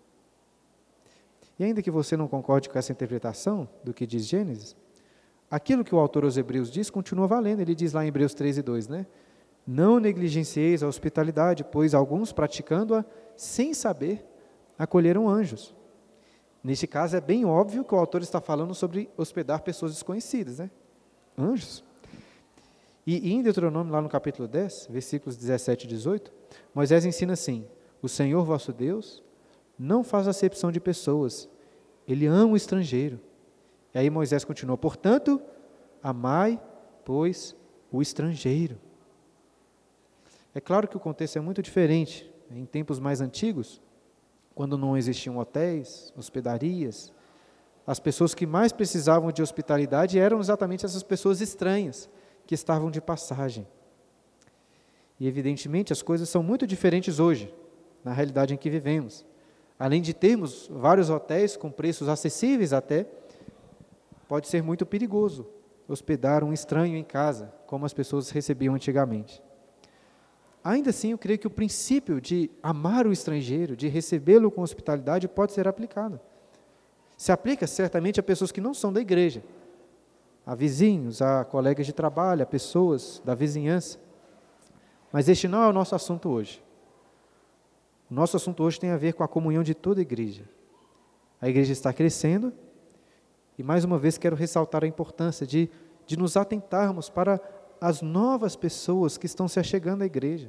E ainda que você não concorde com essa interpretação do que diz Gênesis, aquilo que o autor aos Hebreus diz continua valendo. Ele diz lá em Hebreus treze, dois, né? Não negligencieis a hospitalidade, pois alguns, praticando-a sem saber, acolheram anjos. Neste caso, é bem óbvio que o autor está falando sobre hospedar pessoas desconhecidas, né? Anjos. E, e em Deuteronômio, lá no capítulo dez, versículos dezessete e dezoito, Moisés ensina assim: o Senhor vosso Deus não faz acepção de pessoas, Ele ama o estrangeiro. E aí Moisés continua: portanto, amai, pois, o estrangeiro. É claro que o contexto é muito diferente. Em tempos mais antigos, quando não existiam hotéis, hospedarias, as pessoas que mais precisavam de hospitalidade eram exatamente essas pessoas estranhas, que estavam de passagem. E evidentemente as coisas são muito diferentes hoje, na realidade em que vivemos. Além de termos vários hotéis com preços acessíveis até, pode ser muito perigoso hospedar um estranho em casa, como as pessoas recebiam antigamente. Ainda assim, eu creio que o princípio de amar o estrangeiro, de recebê-lo com hospitalidade, pode ser aplicado. Se aplica certamente a pessoas que não são da igreja, a vizinhos, a colegas de trabalho, a pessoas da vizinhança. Mas este não é o nosso assunto hoje. O nosso assunto hoje tem a ver com a comunhão de toda a igreja. A igreja está crescendo e, mais uma vez, quero ressaltar a importância de, de nos atentarmos para as novas pessoas que estão se achegando à igreja.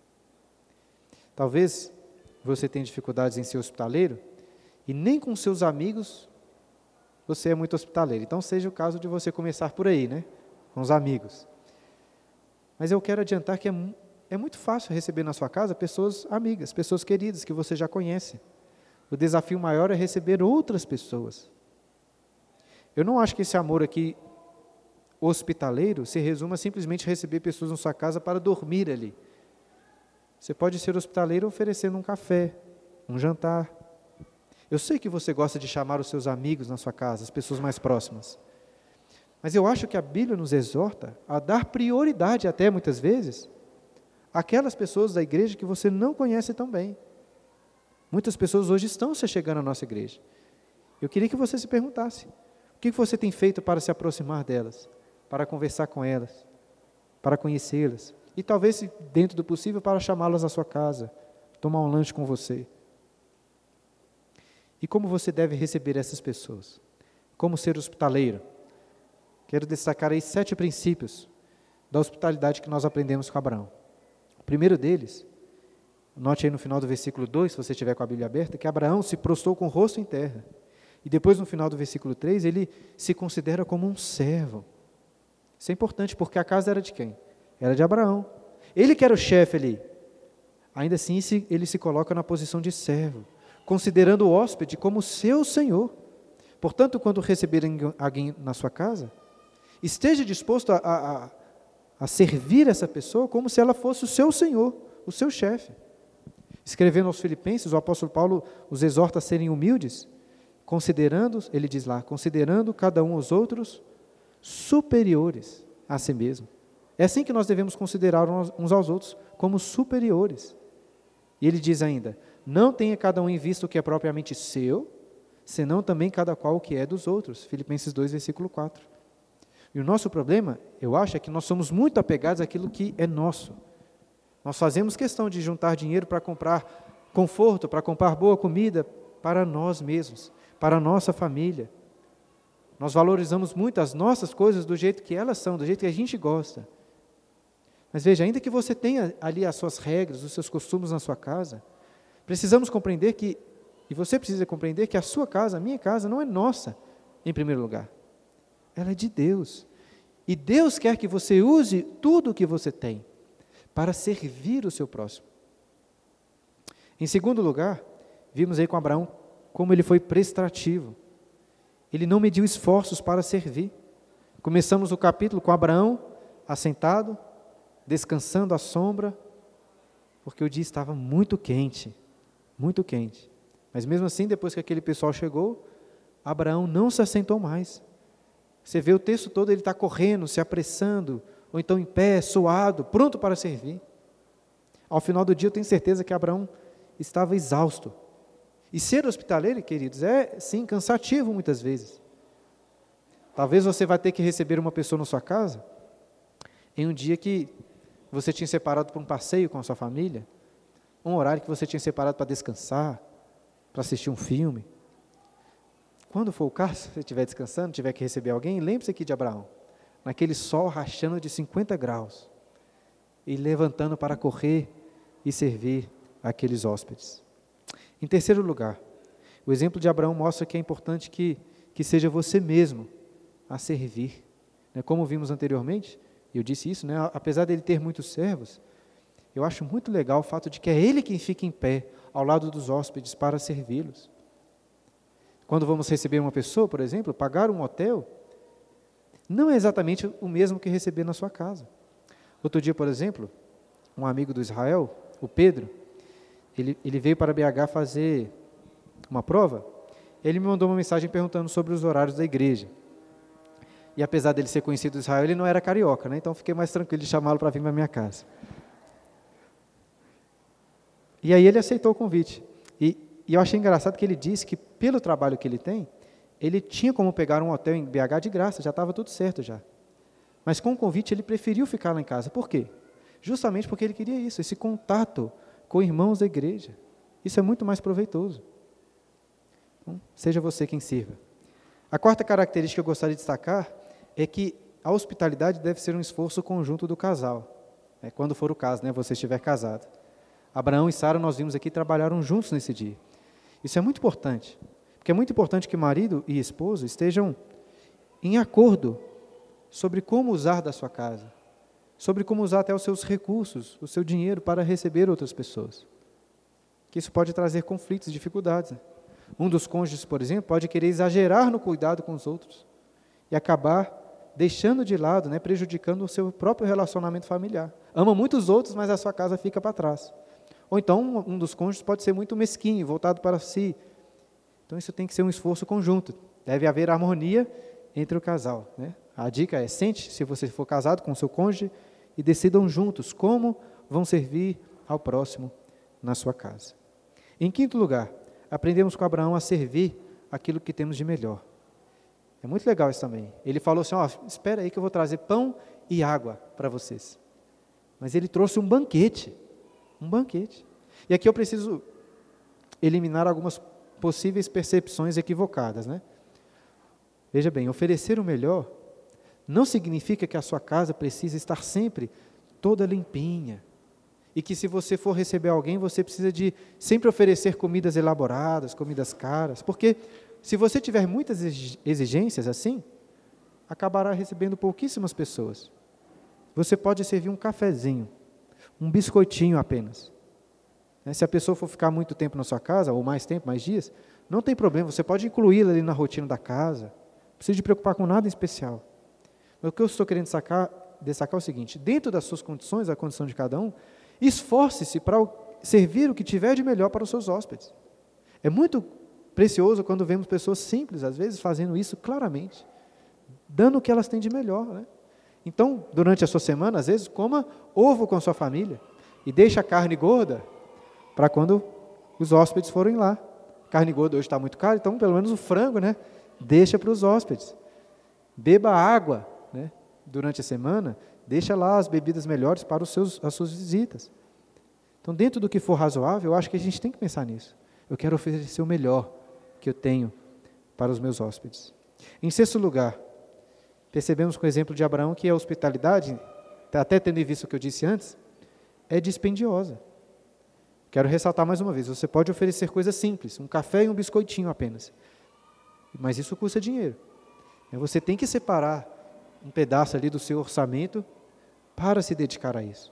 Talvez você tenha dificuldades em ser hospitaleiro e nem com seus amigos você é muito hospitaleiro. Então, seja o caso de você começar por aí, né? Com os amigos. Mas eu quero adiantar que é, é muito fácil receber na sua casa pessoas amigas, pessoas queridas, que você já conhece. O desafio maior é receber outras pessoas. Eu não acho que esse amor aqui hospitaleiro se resuma a simplesmente receber pessoas na sua casa para dormir ali. Você pode ser hospitaleiro oferecendo um café, um jantar. Eu sei que você gosta de chamar os seus amigos na sua casa, as pessoas mais próximas. Mas eu acho que a Bíblia nos exorta a dar prioridade até muitas vezes àquelas pessoas da igreja que você não conhece tão bem. Muitas pessoas hoje estão se chegando à nossa igreja. Eu queria que você se perguntasse: o que você tem feito para se aproximar delas, para conversar com elas, para conhecê-las, e talvez, dentro do possível, para chamá-las à sua casa, tomar um lanche com você. E como você deve receber essas pessoas? Como ser hospitaleiro? Quero destacar aí sete princípios da hospitalidade que nós aprendemos com Abraão. O primeiro deles, note aí no final do versículo dois, se você estiver com a Bíblia aberta, que Abraão se prostrou com o rosto em terra. E depois, no final do versículo três, ele se considera como um servo. Isso é importante, porque a casa era de quem? Era de Abraão. Ele que era o chefe ali. Ainda assim, ele se coloca na posição de servo, considerando o hóspede como seu senhor. Portanto, quando receberem alguém na sua casa, esteja disposto a, a, a servir essa pessoa como se ela fosse o seu senhor, o seu chefe. Escrevendo aos Filipenses, o apóstolo Paulo os exorta a serem humildes, considerando, ele diz lá, considerando cada um os outros superiores a si mesmo. É assim que nós devemos considerar uns aos outros, como superiores. E ele diz ainda: não tenha cada um em vista o que é propriamente seu, senão também cada qual o que é dos outros. Filipenses dois, versículo quatro. E o nosso problema, eu acho, é que nós somos muito apegados àquilo que é nosso. Nós fazemos questão de juntar dinheiro para comprar conforto, para comprar boa comida para nós mesmos, para a nossa família. Nós valorizamos muito as nossas coisas do jeito que elas são, do jeito que a gente gosta. Mas veja, ainda que você tenha ali as suas regras, os seus costumes na sua casa, precisamos compreender que, e você precisa compreender que a sua casa, a minha casa, não é nossa, em primeiro lugar. Ela é de Deus. E Deus quer que você use tudo o que você tem para servir o seu próximo. Em segundo lugar, vimos aí com Abraão como ele foi prestativo. Ele não mediu esforços para servir. Começamos o capítulo com Abraão assentado, descansando à sombra, porque o dia estava muito quente, muito quente. Mas mesmo assim, depois que aquele pessoal chegou, Abraão não se assentou mais. Você vê o texto todo, ele está correndo, se apressando, ou então em pé, suado, pronto para servir. Ao final do dia, eu tenho certeza que Abraão estava exausto. E ser hospitaleiro, queridos, é sim cansativo muitas vezes. Talvez você vai ter que receber uma pessoa na sua casa em um dia que você tinha separado para um passeio com a sua família, um horário que você tinha separado para descansar, para assistir um filme. Quando for o caso, se você estiver descansando, tiver que receber alguém, lembre-se aqui de Abraão, naquele sol rachando de cinquenta graus, e levantando para correr e servir aqueles hóspedes. Em terceiro lugar, o exemplo de Abraão mostra que é importante que, que seja você mesmo a servir. Como vimos anteriormente, eu disse isso, né? Apesar dele ter muitos servos, eu acho muito legal o fato de que é ele quem fica em pé ao lado dos hóspedes para servi-los. Quando vamos receber uma pessoa, por exemplo, pagar um hotel, não é exatamente o mesmo que receber na sua casa. Outro dia, por exemplo, um amigo do Israel, o Pedro, ele, ele veio para B H fazer uma prova, ele me mandou uma mensagem perguntando sobre os horários da igreja. E apesar dele ser conhecido do Israel, ele não era carioca, né? Então fiquei mais tranquilo de chamá-lo para vir para a minha casa. E aí ele aceitou o convite. E, e eu achei engraçado que ele disse que, pelo trabalho que ele tem, ele tinha como pegar um hotel em B H de graça, já estava tudo certo já. Mas com o convite ele preferiu ficar lá em casa. Por quê? Justamente porque ele queria isso, esse contato com irmãos da igreja. Isso é muito mais proveitoso. Então, seja você quem sirva. A quarta característica que eu gostaria de destacar é que a hospitalidade deve ser um esforço conjunto do casal. É, quando for o caso, né, você estiver casado. Abraão e Sara, nós vimos aqui, trabalharam juntos nesse dia. Isso é muito importante, porque é muito importante que marido e esposa estejam em acordo sobre como usar da sua casa, sobre como usar até os seus recursos, o seu dinheiro para receber outras pessoas. Que isso pode trazer conflitos, dificuldades. Né? Um dos cônjuges, por exemplo, pode querer exagerar no cuidado com os outros e acabar deixando de lado, né, prejudicando o seu próprio relacionamento familiar. Ama muitos outros, mas a sua casa fica para trás. Ou então, um, um dos cônjuges pode ser muito mesquinho, voltado para si. Então, isso tem que ser um esforço conjunto. Deve haver harmonia entre o casal. Né? A dica é, sente, se você for casado com o seu cônjuge, e decidam juntos como vão servir ao próximo na sua casa. Em quinto lugar, aprendemos com Abraão a servir aquilo que temos de melhor. É muito legal isso também. Ele falou assim, ó, espera aí que eu vou trazer pão e água para vocês. Mas ele trouxe um banquete, um banquete. E aqui eu preciso eliminar algumas possíveis percepções equivocadas, né? Veja bem, oferecer o melhor não significa que a sua casa precisa estar sempre toda limpinha. E que se você for receber alguém, você precisa de sempre oferecer comidas elaboradas, comidas caras, porque se você tiver muitas exigências assim, acabará recebendo pouquíssimas pessoas. Você pode servir um cafezinho, um biscoitinho apenas. Se a pessoa for ficar muito tempo na sua casa, ou mais tempo, mais dias, não tem problema, você pode incluí-la ali na rotina da casa, não precisa de preocupar com nada em especial. Mas o que eu estou querendo destacar, destacar é o seguinte, dentro das suas condições, a condição de cada um, esforce-se para servir o que tiver de melhor para os seus hóspedes. É muito precioso quando vemos pessoas simples, às vezes, fazendo isso claramente, dando o que elas têm de melhor. Né? Então, durante a sua semana, às vezes, coma ovo com a sua família e deixe a carne gorda para quando os hóspedes forem lá. Carne gorda hoje está muito cara, então, pelo menos o frango, né? Deixa para os hóspedes. Beba água, né? Durante a semana, deixa lá as bebidas melhores para os seus, as suas visitas. Então, dentro do que for razoável, eu acho que a gente tem que pensar nisso. Eu quero oferecer o melhor que eu tenho para os meus hóspedes. Em sexto lugar, percebemos com o exemplo de Abraão que a hospitalidade, até tendo em vista o que eu disse antes, é dispendiosa. Quero ressaltar mais uma vez, você pode oferecer coisas simples, um café e um biscoitinho apenas, mas isso custa dinheiro. Você tem que separar um pedaço ali do seu orçamento para se dedicar a isso.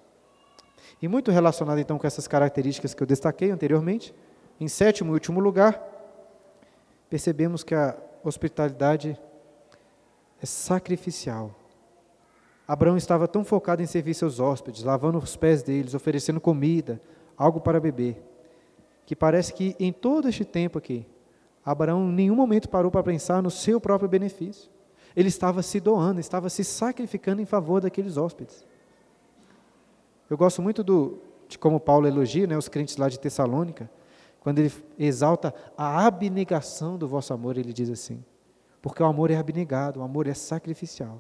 E muito relacionado então com essas características que eu destaquei anteriormente, em sétimo e último lugar, percebemos que a hospitalidade é sacrificial. Abraão estava tão focado em servir seus hóspedes, lavando os pés deles, oferecendo comida, algo para beber, que parece que em todo este tempo aqui, Abraão em nenhum momento parou para pensar no seu próprio benefício. Ele estava se doando, estava se sacrificando em favor daqueles hóspedes. Eu gosto muito do, de como Paulo elogia, né, os crentes lá de Tessalônica, quando ele exalta a abnegação do vosso amor, ele diz assim, porque o amor é abnegado, o amor é sacrificial.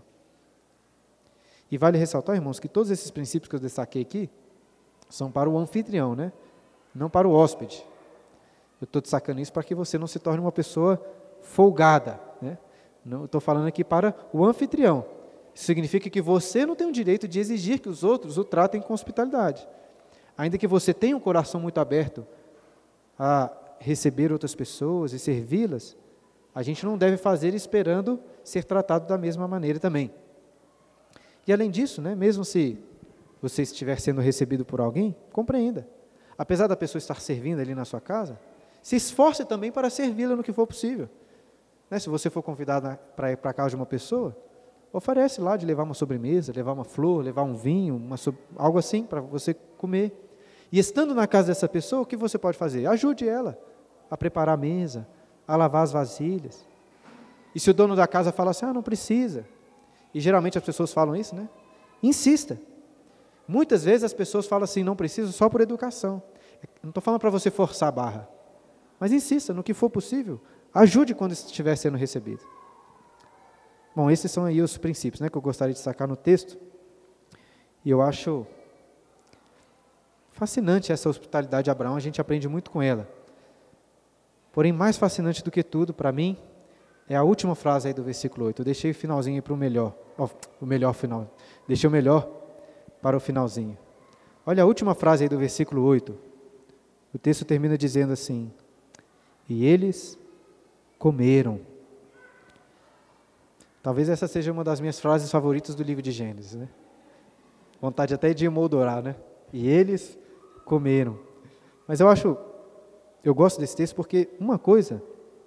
E vale ressaltar, irmãos, que todos esses princípios que eu destaquei aqui, são para o anfitrião, né? Não para o hóspede. Eu estou destacando isso para que você não se torne uma pessoa folgada, né? Não, estou falando aqui para o anfitrião. Isso significa que você não tem o direito de exigir que os outros o tratem com hospitalidade. Ainda que você tenha um coração muito aberto a receber outras pessoas e servi-las, a gente não deve fazer esperando ser tratado da mesma maneira também. E além disso, né, mesmo se você estiver sendo recebido por alguém, compreenda. Apesar da pessoa estar servindo ali na sua casa, se esforce também para servi-la no que for possível. Né, se você for convidado para ir para a casa de uma pessoa, oferece lá de levar uma sobremesa, levar uma flor, levar um vinho, uma, algo assim para você comer. E estando na casa dessa pessoa, o que você pode fazer? Ajude ela a preparar a mesa, a lavar as vasilhas. E se o dono da casa fala assim, ah, não precisa, e geralmente as pessoas falam isso, né? Insista. Muitas vezes as pessoas falam assim, não preciso, só por educação. Não estou falando para você forçar a barra, mas insista, no que for possível, ajude quando estiver sendo recebido. Bom, esses são aí os princípios, né, que eu gostaria de destacar no texto. E eu acho fascinante essa hospitalidade de Abraão, a gente aprende muito com ela. Porém, mais fascinante do que tudo, para mim, é a última frase aí do versículo oito. Eu deixei o finalzinho para o melhor, oh, o melhor final. Deixei o melhor para o finalzinho. Olha a última frase aí do versículo oito. O texto termina dizendo assim, e eles comeram. Talvez essa seja uma das minhas frases favoritas do livro de Gênesis, né? Vontade até de emoldurar, né? E eles comeram. Mas eu acho, eu gosto desse texto porque uma coisa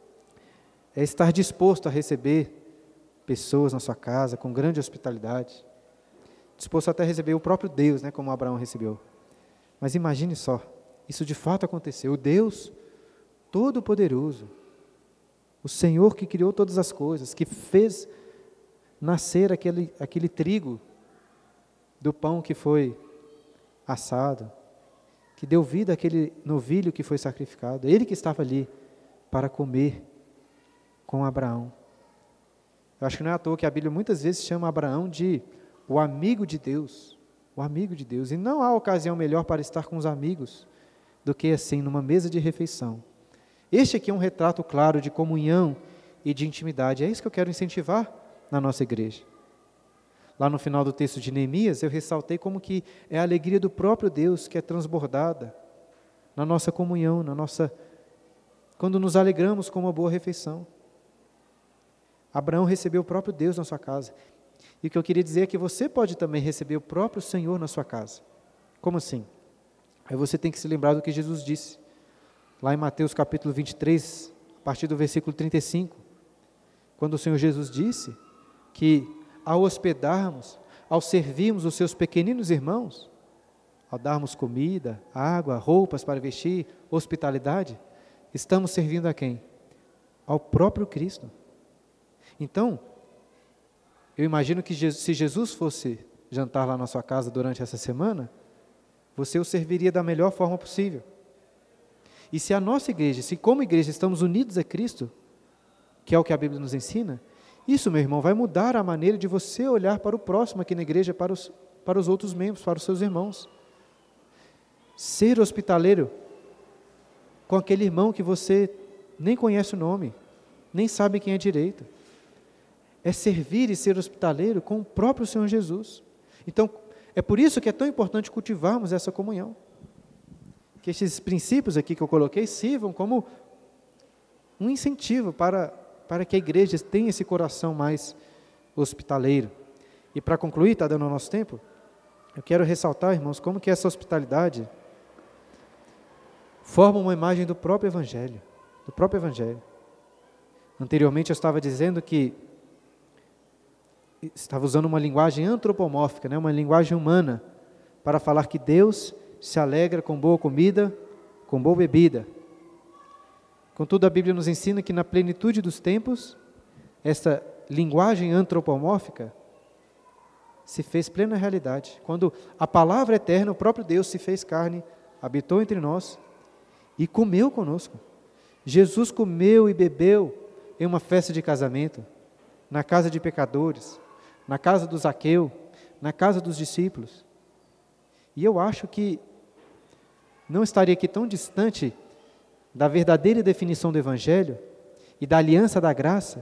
é estar disposto a receber pessoas na sua casa com grande hospitalidade, disposto até a receber o próprio Deus, né, como Abraão recebeu. Mas imagine só, isso de fato aconteceu. O Deus Todo-Poderoso, o Senhor que criou todas as coisas, que fez nascer aquele, aquele trigo do pão que foi assado, que deu vida àquele novilho que foi sacrificado, Ele que estava ali para comer com Abraão. Eu acho que não é à toa que a Bíblia muitas vezes chama Abraão de o amigo de Deus, o amigo de Deus, e não há ocasião melhor para estar com os amigos do que assim, numa mesa de refeição. Este aqui é um retrato claro de comunhão e de intimidade, é isso que eu quero incentivar na nossa igreja. Lá no final do texto de Neemias, eu ressaltei como que é a alegria do próprio Deus que é transbordada na nossa comunhão, na nossa, quando nos alegramos com uma boa refeição. Abraão recebeu o próprio Deus na sua casa. E o que eu queria dizer é que você pode também receber o próprio Senhor na sua casa. Como assim? Aí você tem que se lembrar do que Jesus disse, lá em Mateus capítulo vinte e três, a partir do versículo trinta e cinco, quando o Senhor Jesus disse que ao hospedarmos, ao servirmos os seus pequeninos irmãos, ao darmos comida, água, roupas para vestir, hospitalidade, estamos servindo a quem? Ao próprio Cristo. Então, eu imagino que se Jesus fosse jantar lá na sua casa durante essa semana, você o serviria da melhor forma possível. E se a nossa igreja, se como igreja estamos unidos a Cristo, que é o que a Bíblia nos ensina, isso, meu irmão, vai mudar a maneira de você olhar para o próximo aqui na igreja, para os, para os outros membros, para os seus irmãos. Ser hospitaleiro com aquele irmão que você nem conhece o nome, nem sabe quem é direito. É servir e ser hospitaleiro com o próprio Senhor Jesus. Então, é por isso que é tão importante cultivarmos essa comunhão. Que esses princípios aqui que eu coloquei sirvam como um incentivo para, para que a igreja tenha esse coração mais hospitaleiro. E para concluir, está dando o nosso tempo, eu quero ressaltar, irmãos, como que essa hospitalidade forma uma imagem do próprio Evangelho, do próprio Evangelho. Anteriormente eu estava dizendo que estava usando uma linguagem antropomórfica, né, uma linguagem humana, para falar que Deus se alegra com boa comida, com boa bebida. Contudo, a Bíblia nos ensina que na plenitude dos tempos, essa linguagem antropomórfica se fez plena realidade. Quando a palavra eterna, o próprio Deus se fez carne, habitou entre nós e comeu conosco. Jesus comeu e bebeu em uma festa de casamento, na casa de pecadores, na casa do Zaqueu, na casa dos discípulos. E eu acho que não estaria aqui tão distante da verdadeira definição do Evangelho e da aliança da graça,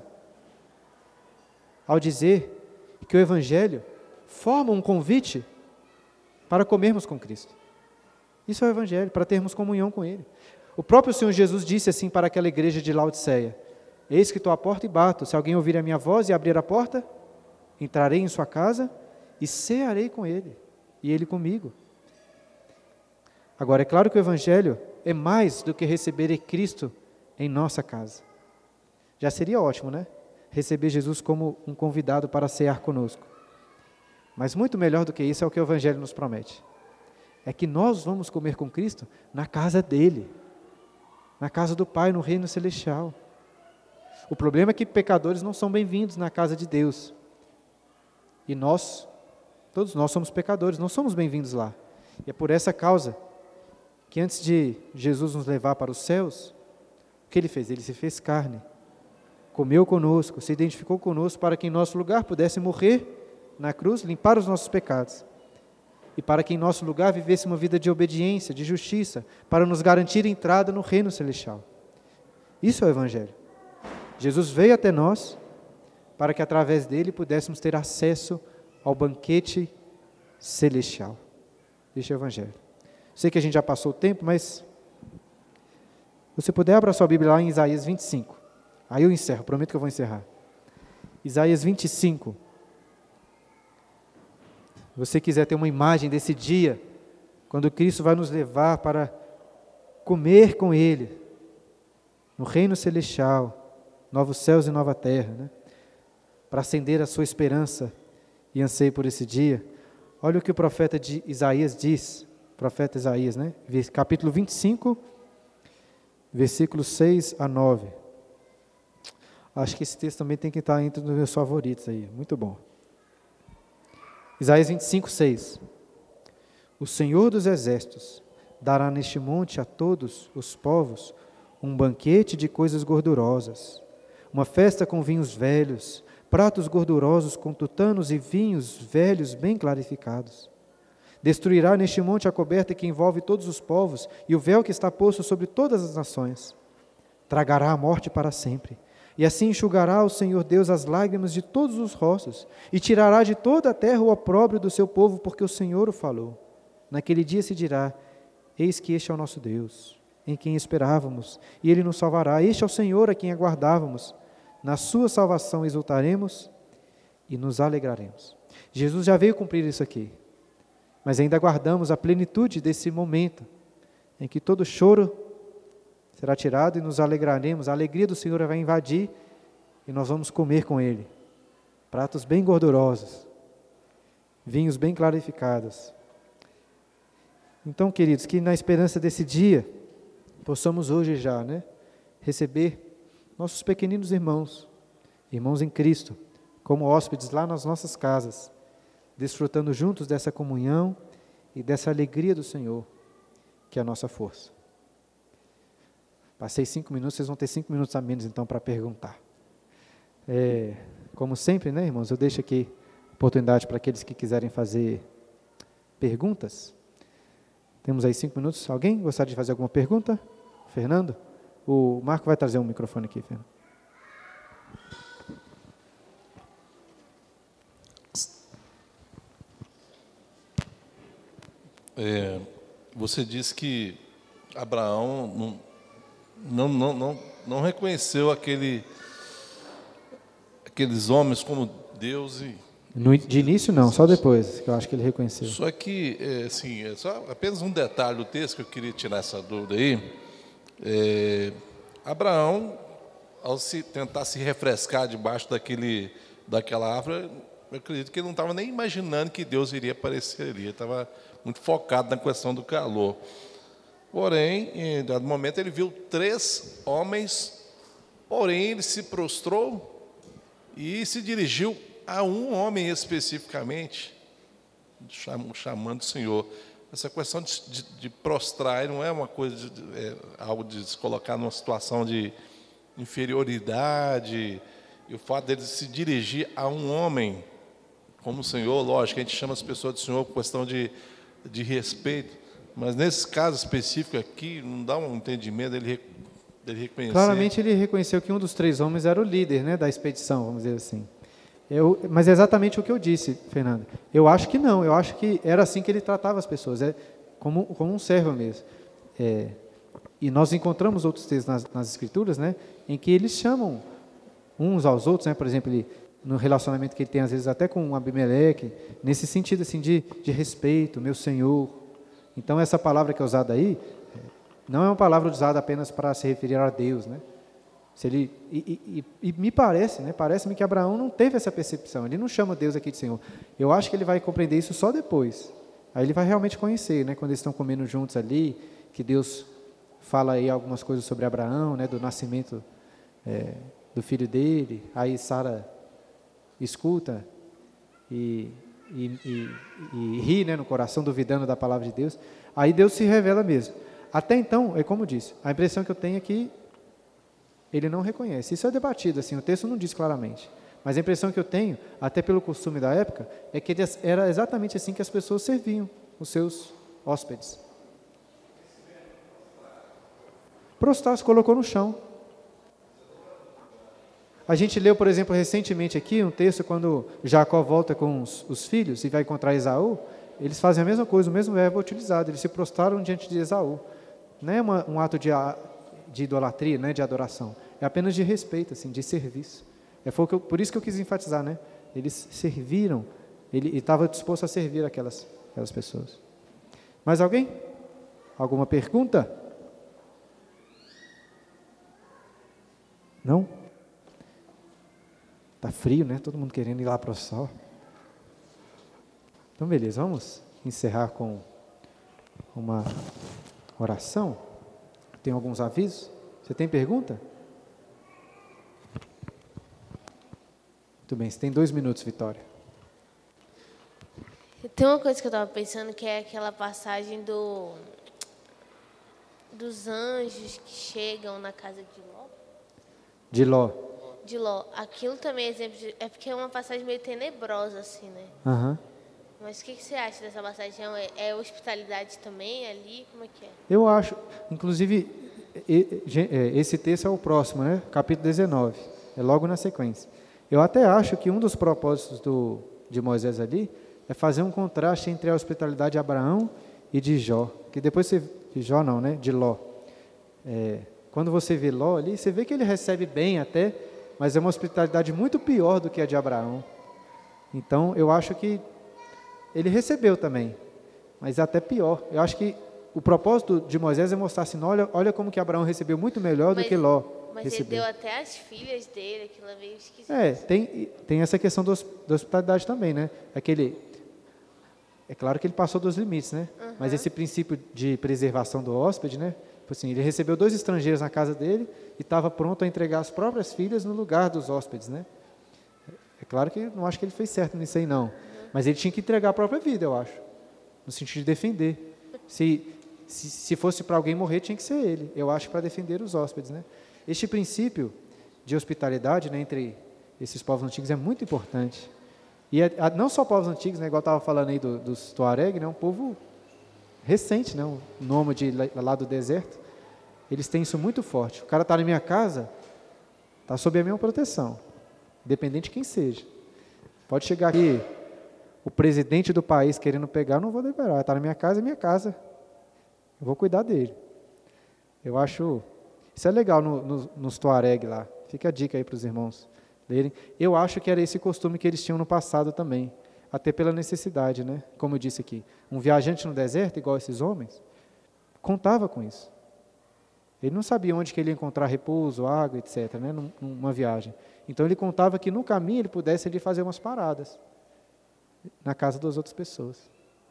ao dizer que o Evangelho forma um convite para comermos com Cristo. Isso é o Evangelho, para termos comunhão com Ele. O próprio Senhor Jesus disse assim para aquela igreja de Laodiceia: eis que estou à porta e bato, se alguém ouvir a minha voz e abrir a porta, entrarei em sua casa e cearei com ele, e ele comigo. Agora, é claro que o Evangelho é mais do que receber Cristo em nossa casa. Já seria ótimo, né? Receber Jesus como um convidado para cear conosco. Mas muito melhor do que isso é o que o Evangelho nos promete. É que nós vamos comer com Cristo na casa dele, na casa do Pai, no reino celestial. O problema é que pecadores não são bem-vindos na casa de Deus. E nós, todos nós somos pecadores, não somos bem-vindos lá. E é por essa causa que antes de Jesus nos levar para os céus, o que Ele fez? Ele se fez carne, comeu conosco, se identificou conosco para que em nosso lugar pudesse morrer na cruz, limpar os nossos pecados. E para que em nosso lugar vivesse uma vida de obediência, de justiça, para nos garantir entrada no reino celestial. Isso é o Evangelho. Jesus veio até nós para que através dele pudéssemos ter acesso ao banquete celestial. Este é o Evangelho. Sei que a gente já passou o tempo, mas se você puder, abra sua Bíblia lá em Isaías vinte e cinco. Aí eu encerro, prometo que eu vou encerrar. Isaías vinte e cinco. Se você quiser ter uma imagem desse dia, quando Cristo vai nos levar para comer com Ele, no reino celestial, novos céus e nova terra, né? Para acender a sua esperança e anseio por esse dia, olha o que o profeta de Isaías diz, profeta Isaías, né? Capítulo vinte e cinco, versículos seis a nove. Acho que esse texto também tem que estar entre os meus favoritos aí, muito bom. Isaías vinte e cinco, seis. O Senhor dos Exércitos dará neste monte a todos os povos um banquete de coisas gordurosas, uma festa com vinhos velhos, pratos gordurosos com tutanos e vinhos velhos bem clarificados. Destruirá neste monte a coberta que envolve todos os povos e o véu que está posto sobre todas as nações. Tragará a morte para sempre. E assim enxugará o Senhor Deus as lágrimas de todos os rostos e tirará de toda a terra o opróbrio do seu povo, porque o Senhor o falou. Naquele dia se dirá: eis que este é o nosso Deus, em quem esperávamos, e Ele nos salvará. Este é o Senhor a quem aguardávamos. Na sua salvação exultaremos e nos alegraremos. Jesus já veio cumprir isso aqui, mas ainda aguardamos a plenitude desse momento, em que todo choro será tirado e nos alegraremos. A alegria do Senhor vai invadir e nós vamos comer com Ele. Pratos bem gordurosos, vinhos bem clarificados. Então, queridos, que na esperança desse dia, possamos hoje já, né, receber nossos pequeninos irmãos, irmãos em Cristo, como hóspedes lá nas nossas casas, desfrutando juntos dessa comunhão e dessa alegria do Senhor, que é a nossa força. Passei cinco minutos, vocês vão ter cinco minutos a menos, então, para perguntar. É, como sempre, né, irmãos, eu deixo aqui oportunidade para aqueles que quiserem fazer perguntas. Temos aí cinco minutos. Alguém gostaria de fazer alguma pergunta? Fernando? O Marco vai trazer um microfone aqui, Fernando. É, você disse que Abraão não, não, não, não, não reconheceu aquele, aqueles homens como Deus e... No, de início não, só depois, que eu acho que ele reconheceu. Só que, é, assim, é só apenas um detalhe do texto que eu queria tirar essa dúvida aí. É, Abraão, ao se, tentar se refrescar debaixo daquele, daquela árvore, eu acredito que ele não estava nem imaginando que Deus iria aparecer ali. Ele estava muito focado na questão do calor. Porém, em dado momento, ele viu três homens, porém ele se prostrou e se dirigiu a um homem especificamente, chamando o Senhor. Essa questão de, de, de prostrar não é uma coisa, de, é algo de se colocar numa situação de inferioridade. E o fato dele se dirigir a um homem como o Senhor, lógico, a gente chama as pessoas de Senhor por questão de, de respeito, mas nesse caso específico aqui, não dá um entendimento dele, dele reconhecer. Claramente ele reconheceu que um dos três homens era o líder, né, da expedição, vamos dizer assim. Eu, mas é exatamente o que eu disse, Fernando. Eu acho que não, eu acho que era assim que ele tratava as pessoas, é, como, como um servo mesmo. É, e nós encontramos outros textos nas, nas Escrituras, né, em que eles chamam uns aos outros, né, por exemplo, ele, no relacionamento que ele tem às vezes até com Abimeleque, nesse sentido assim, de, de respeito, meu Senhor. Então essa palavra que é usada aí, não é uma palavra usada apenas para se referir a Deus, né? Se ele, e, e, e me parece, né, parece-me que Abraão não teve essa percepção, ele não chama Deus aqui de Senhor. Eu acho que ele vai compreender isso só depois. Aí ele vai realmente conhecer, né, quando eles estão comendo juntos ali, que Deus fala aí algumas coisas sobre Abraão, né, do nascimento é, do filho dele, aí Sara escuta e, e, e, e ri, né, no coração, duvidando da palavra de Deus. Aí Deus se revela mesmo. Até então, é como eu disse, a impressão que eu tenho é que ele não reconhece. Isso é debatido, assim, o texto não diz claramente. Mas a impressão que eu tenho, até pelo costume da época, é que era exatamente assim que as pessoas serviam os seus hóspedes. Prostrar, se colocou no chão. A gente leu, por exemplo, recentemente aqui, um texto quando Jacó volta com os, os filhos e vai encontrar Esaú, eles fazem a mesma coisa, o mesmo verbo utilizado, eles se prostraram diante de Esaú. Não é uma, um ato de, de idolatria, né, de adoração, é apenas de respeito, assim, de serviço. É, foi eu, por isso que eu quis enfatizar, né? Eles serviram, ele estava disposto a servir aquelas, aquelas pessoas. Mais alguém? Alguma pergunta? Não? Está frio, né? Todo mundo querendo ir lá para o sol. Então, beleza, vamos encerrar com uma oração. Tem alguns avisos? Você tem pergunta? Muito bem, você tem dois minutos, Vitória. Tem uma coisa que eu estava pensando, que é aquela passagem do, dos anjos que chegam na casa de Ló. De Ló. De Ló. Aquilo também é exemplo de, é porque é uma passagem meio tenebrosa, assim, né? Uhum. Mas o que, que você acha dessa passagem? É, é hospitalidade também ali? Como é que é? Eu acho, inclusive, esse texto é o próximo, né? Capítulo dezenove, é logo na sequência. Eu até acho que um dos propósitos do, de Moisés ali é fazer um contraste entre a hospitalidade de Abraão e de Jó, que depois você, de Jó não, né? De Ló. É, quando você vê Ló ali, você vê que ele recebe bem até, mas é uma hospitalidade muito pior do que a de Abraão. Então, eu acho que ele recebeu também, mas é até pior. Eu acho que o propósito de Moisés é mostrar assim, olha, olha como que Abraão recebeu muito melhor mas, do que Ló Mas recebeu. ele deu até as filhas dele, aquilo é meio esquisito. É, tem, tem essa questão do, da hospitalidade também, né? Aquele, é claro que ele passou dos limites, né? Uhum. Mas esse princípio de preservação do hóspede, né? Assim, ele recebeu dois estrangeiros na casa dele e estava pronto a entregar as próprias filhas no lugar dos hóspedes, né? É claro que não acho que ele fez certo nisso aí, não. Uhum. Mas ele tinha que entregar a própria vida, eu acho. No sentido de defender. Se, se, se fosse para alguém morrer, tinha que ser ele. Eu acho, para defender os hóspedes, né? Este princípio de hospitalidade, né, entre esses povos antigos é muito importante. E é, não só povos antigos, né, igual eu estava falando aí do, dos Tuareg, né, um povo recente, né, um nômade lá do deserto. Eles têm isso muito forte. O cara está na minha casa, está sob a minha proteção, independente de quem seja. Pode chegar aqui o presidente do país querendo pegar, eu não vou liberar. Está na minha casa, é minha casa. Eu vou cuidar dele. Eu acho... Isso é legal no, no, nos Tuareg lá. Fica a dica aí para os irmãos lerem. Eu acho que era esse costume que eles tinham no passado também. Até pela necessidade, né? Como eu disse aqui. Um viajante no deserto, igual esses homens, contava com isso. Ele não sabia onde que ele ia encontrar repouso, água, etcétera, né? Numa viagem. Então ele contava que no caminho ele pudesse ali fazer umas paradas. na casa das outras pessoas.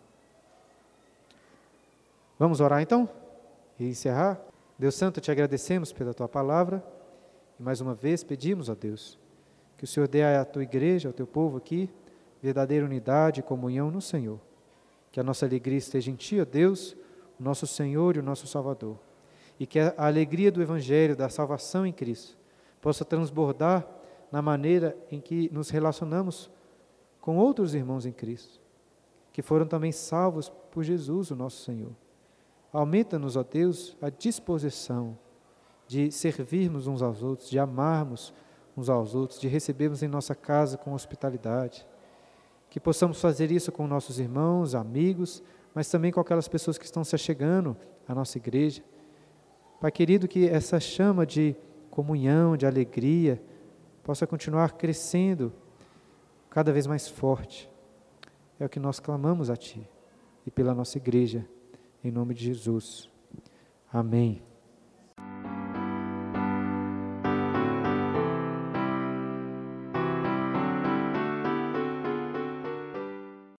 Vamos orar então? E encerrar? Deus Santo, te agradecemos pela tua palavra e mais uma vez pedimos a Deus que o Senhor dê à tua igreja, ao teu povo aqui, verdadeira unidade e comunhão no Senhor. Que a nossa alegria esteja em Ti, ó Deus, o nosso Senhor e o nosso Salvador. E que a alegria do Evangelho, da salvação em Cristo, possa transbordar na maneira em que nos relacionamos com outros irmãos em Cristo, que foram também salvos por Jesus, o nosso Senhor. Aumenta-nos, ó Deus, a disposição de servirmos uns aos outros, de amarmos uns aos outros, de recebermos em nossa casa com hospitalidade. Que possamos fazer isso com nossos irmãos, amigos, mas também com aquelas pessoas que estão se achegando à nossa igreja. Pai querido, que essa chama de comunhão, de alegria, possa continuar crescendo cada vez mais forte. É o que nós clamamos a Ti e pela nossa igreja, em nome de Jesus. Amém.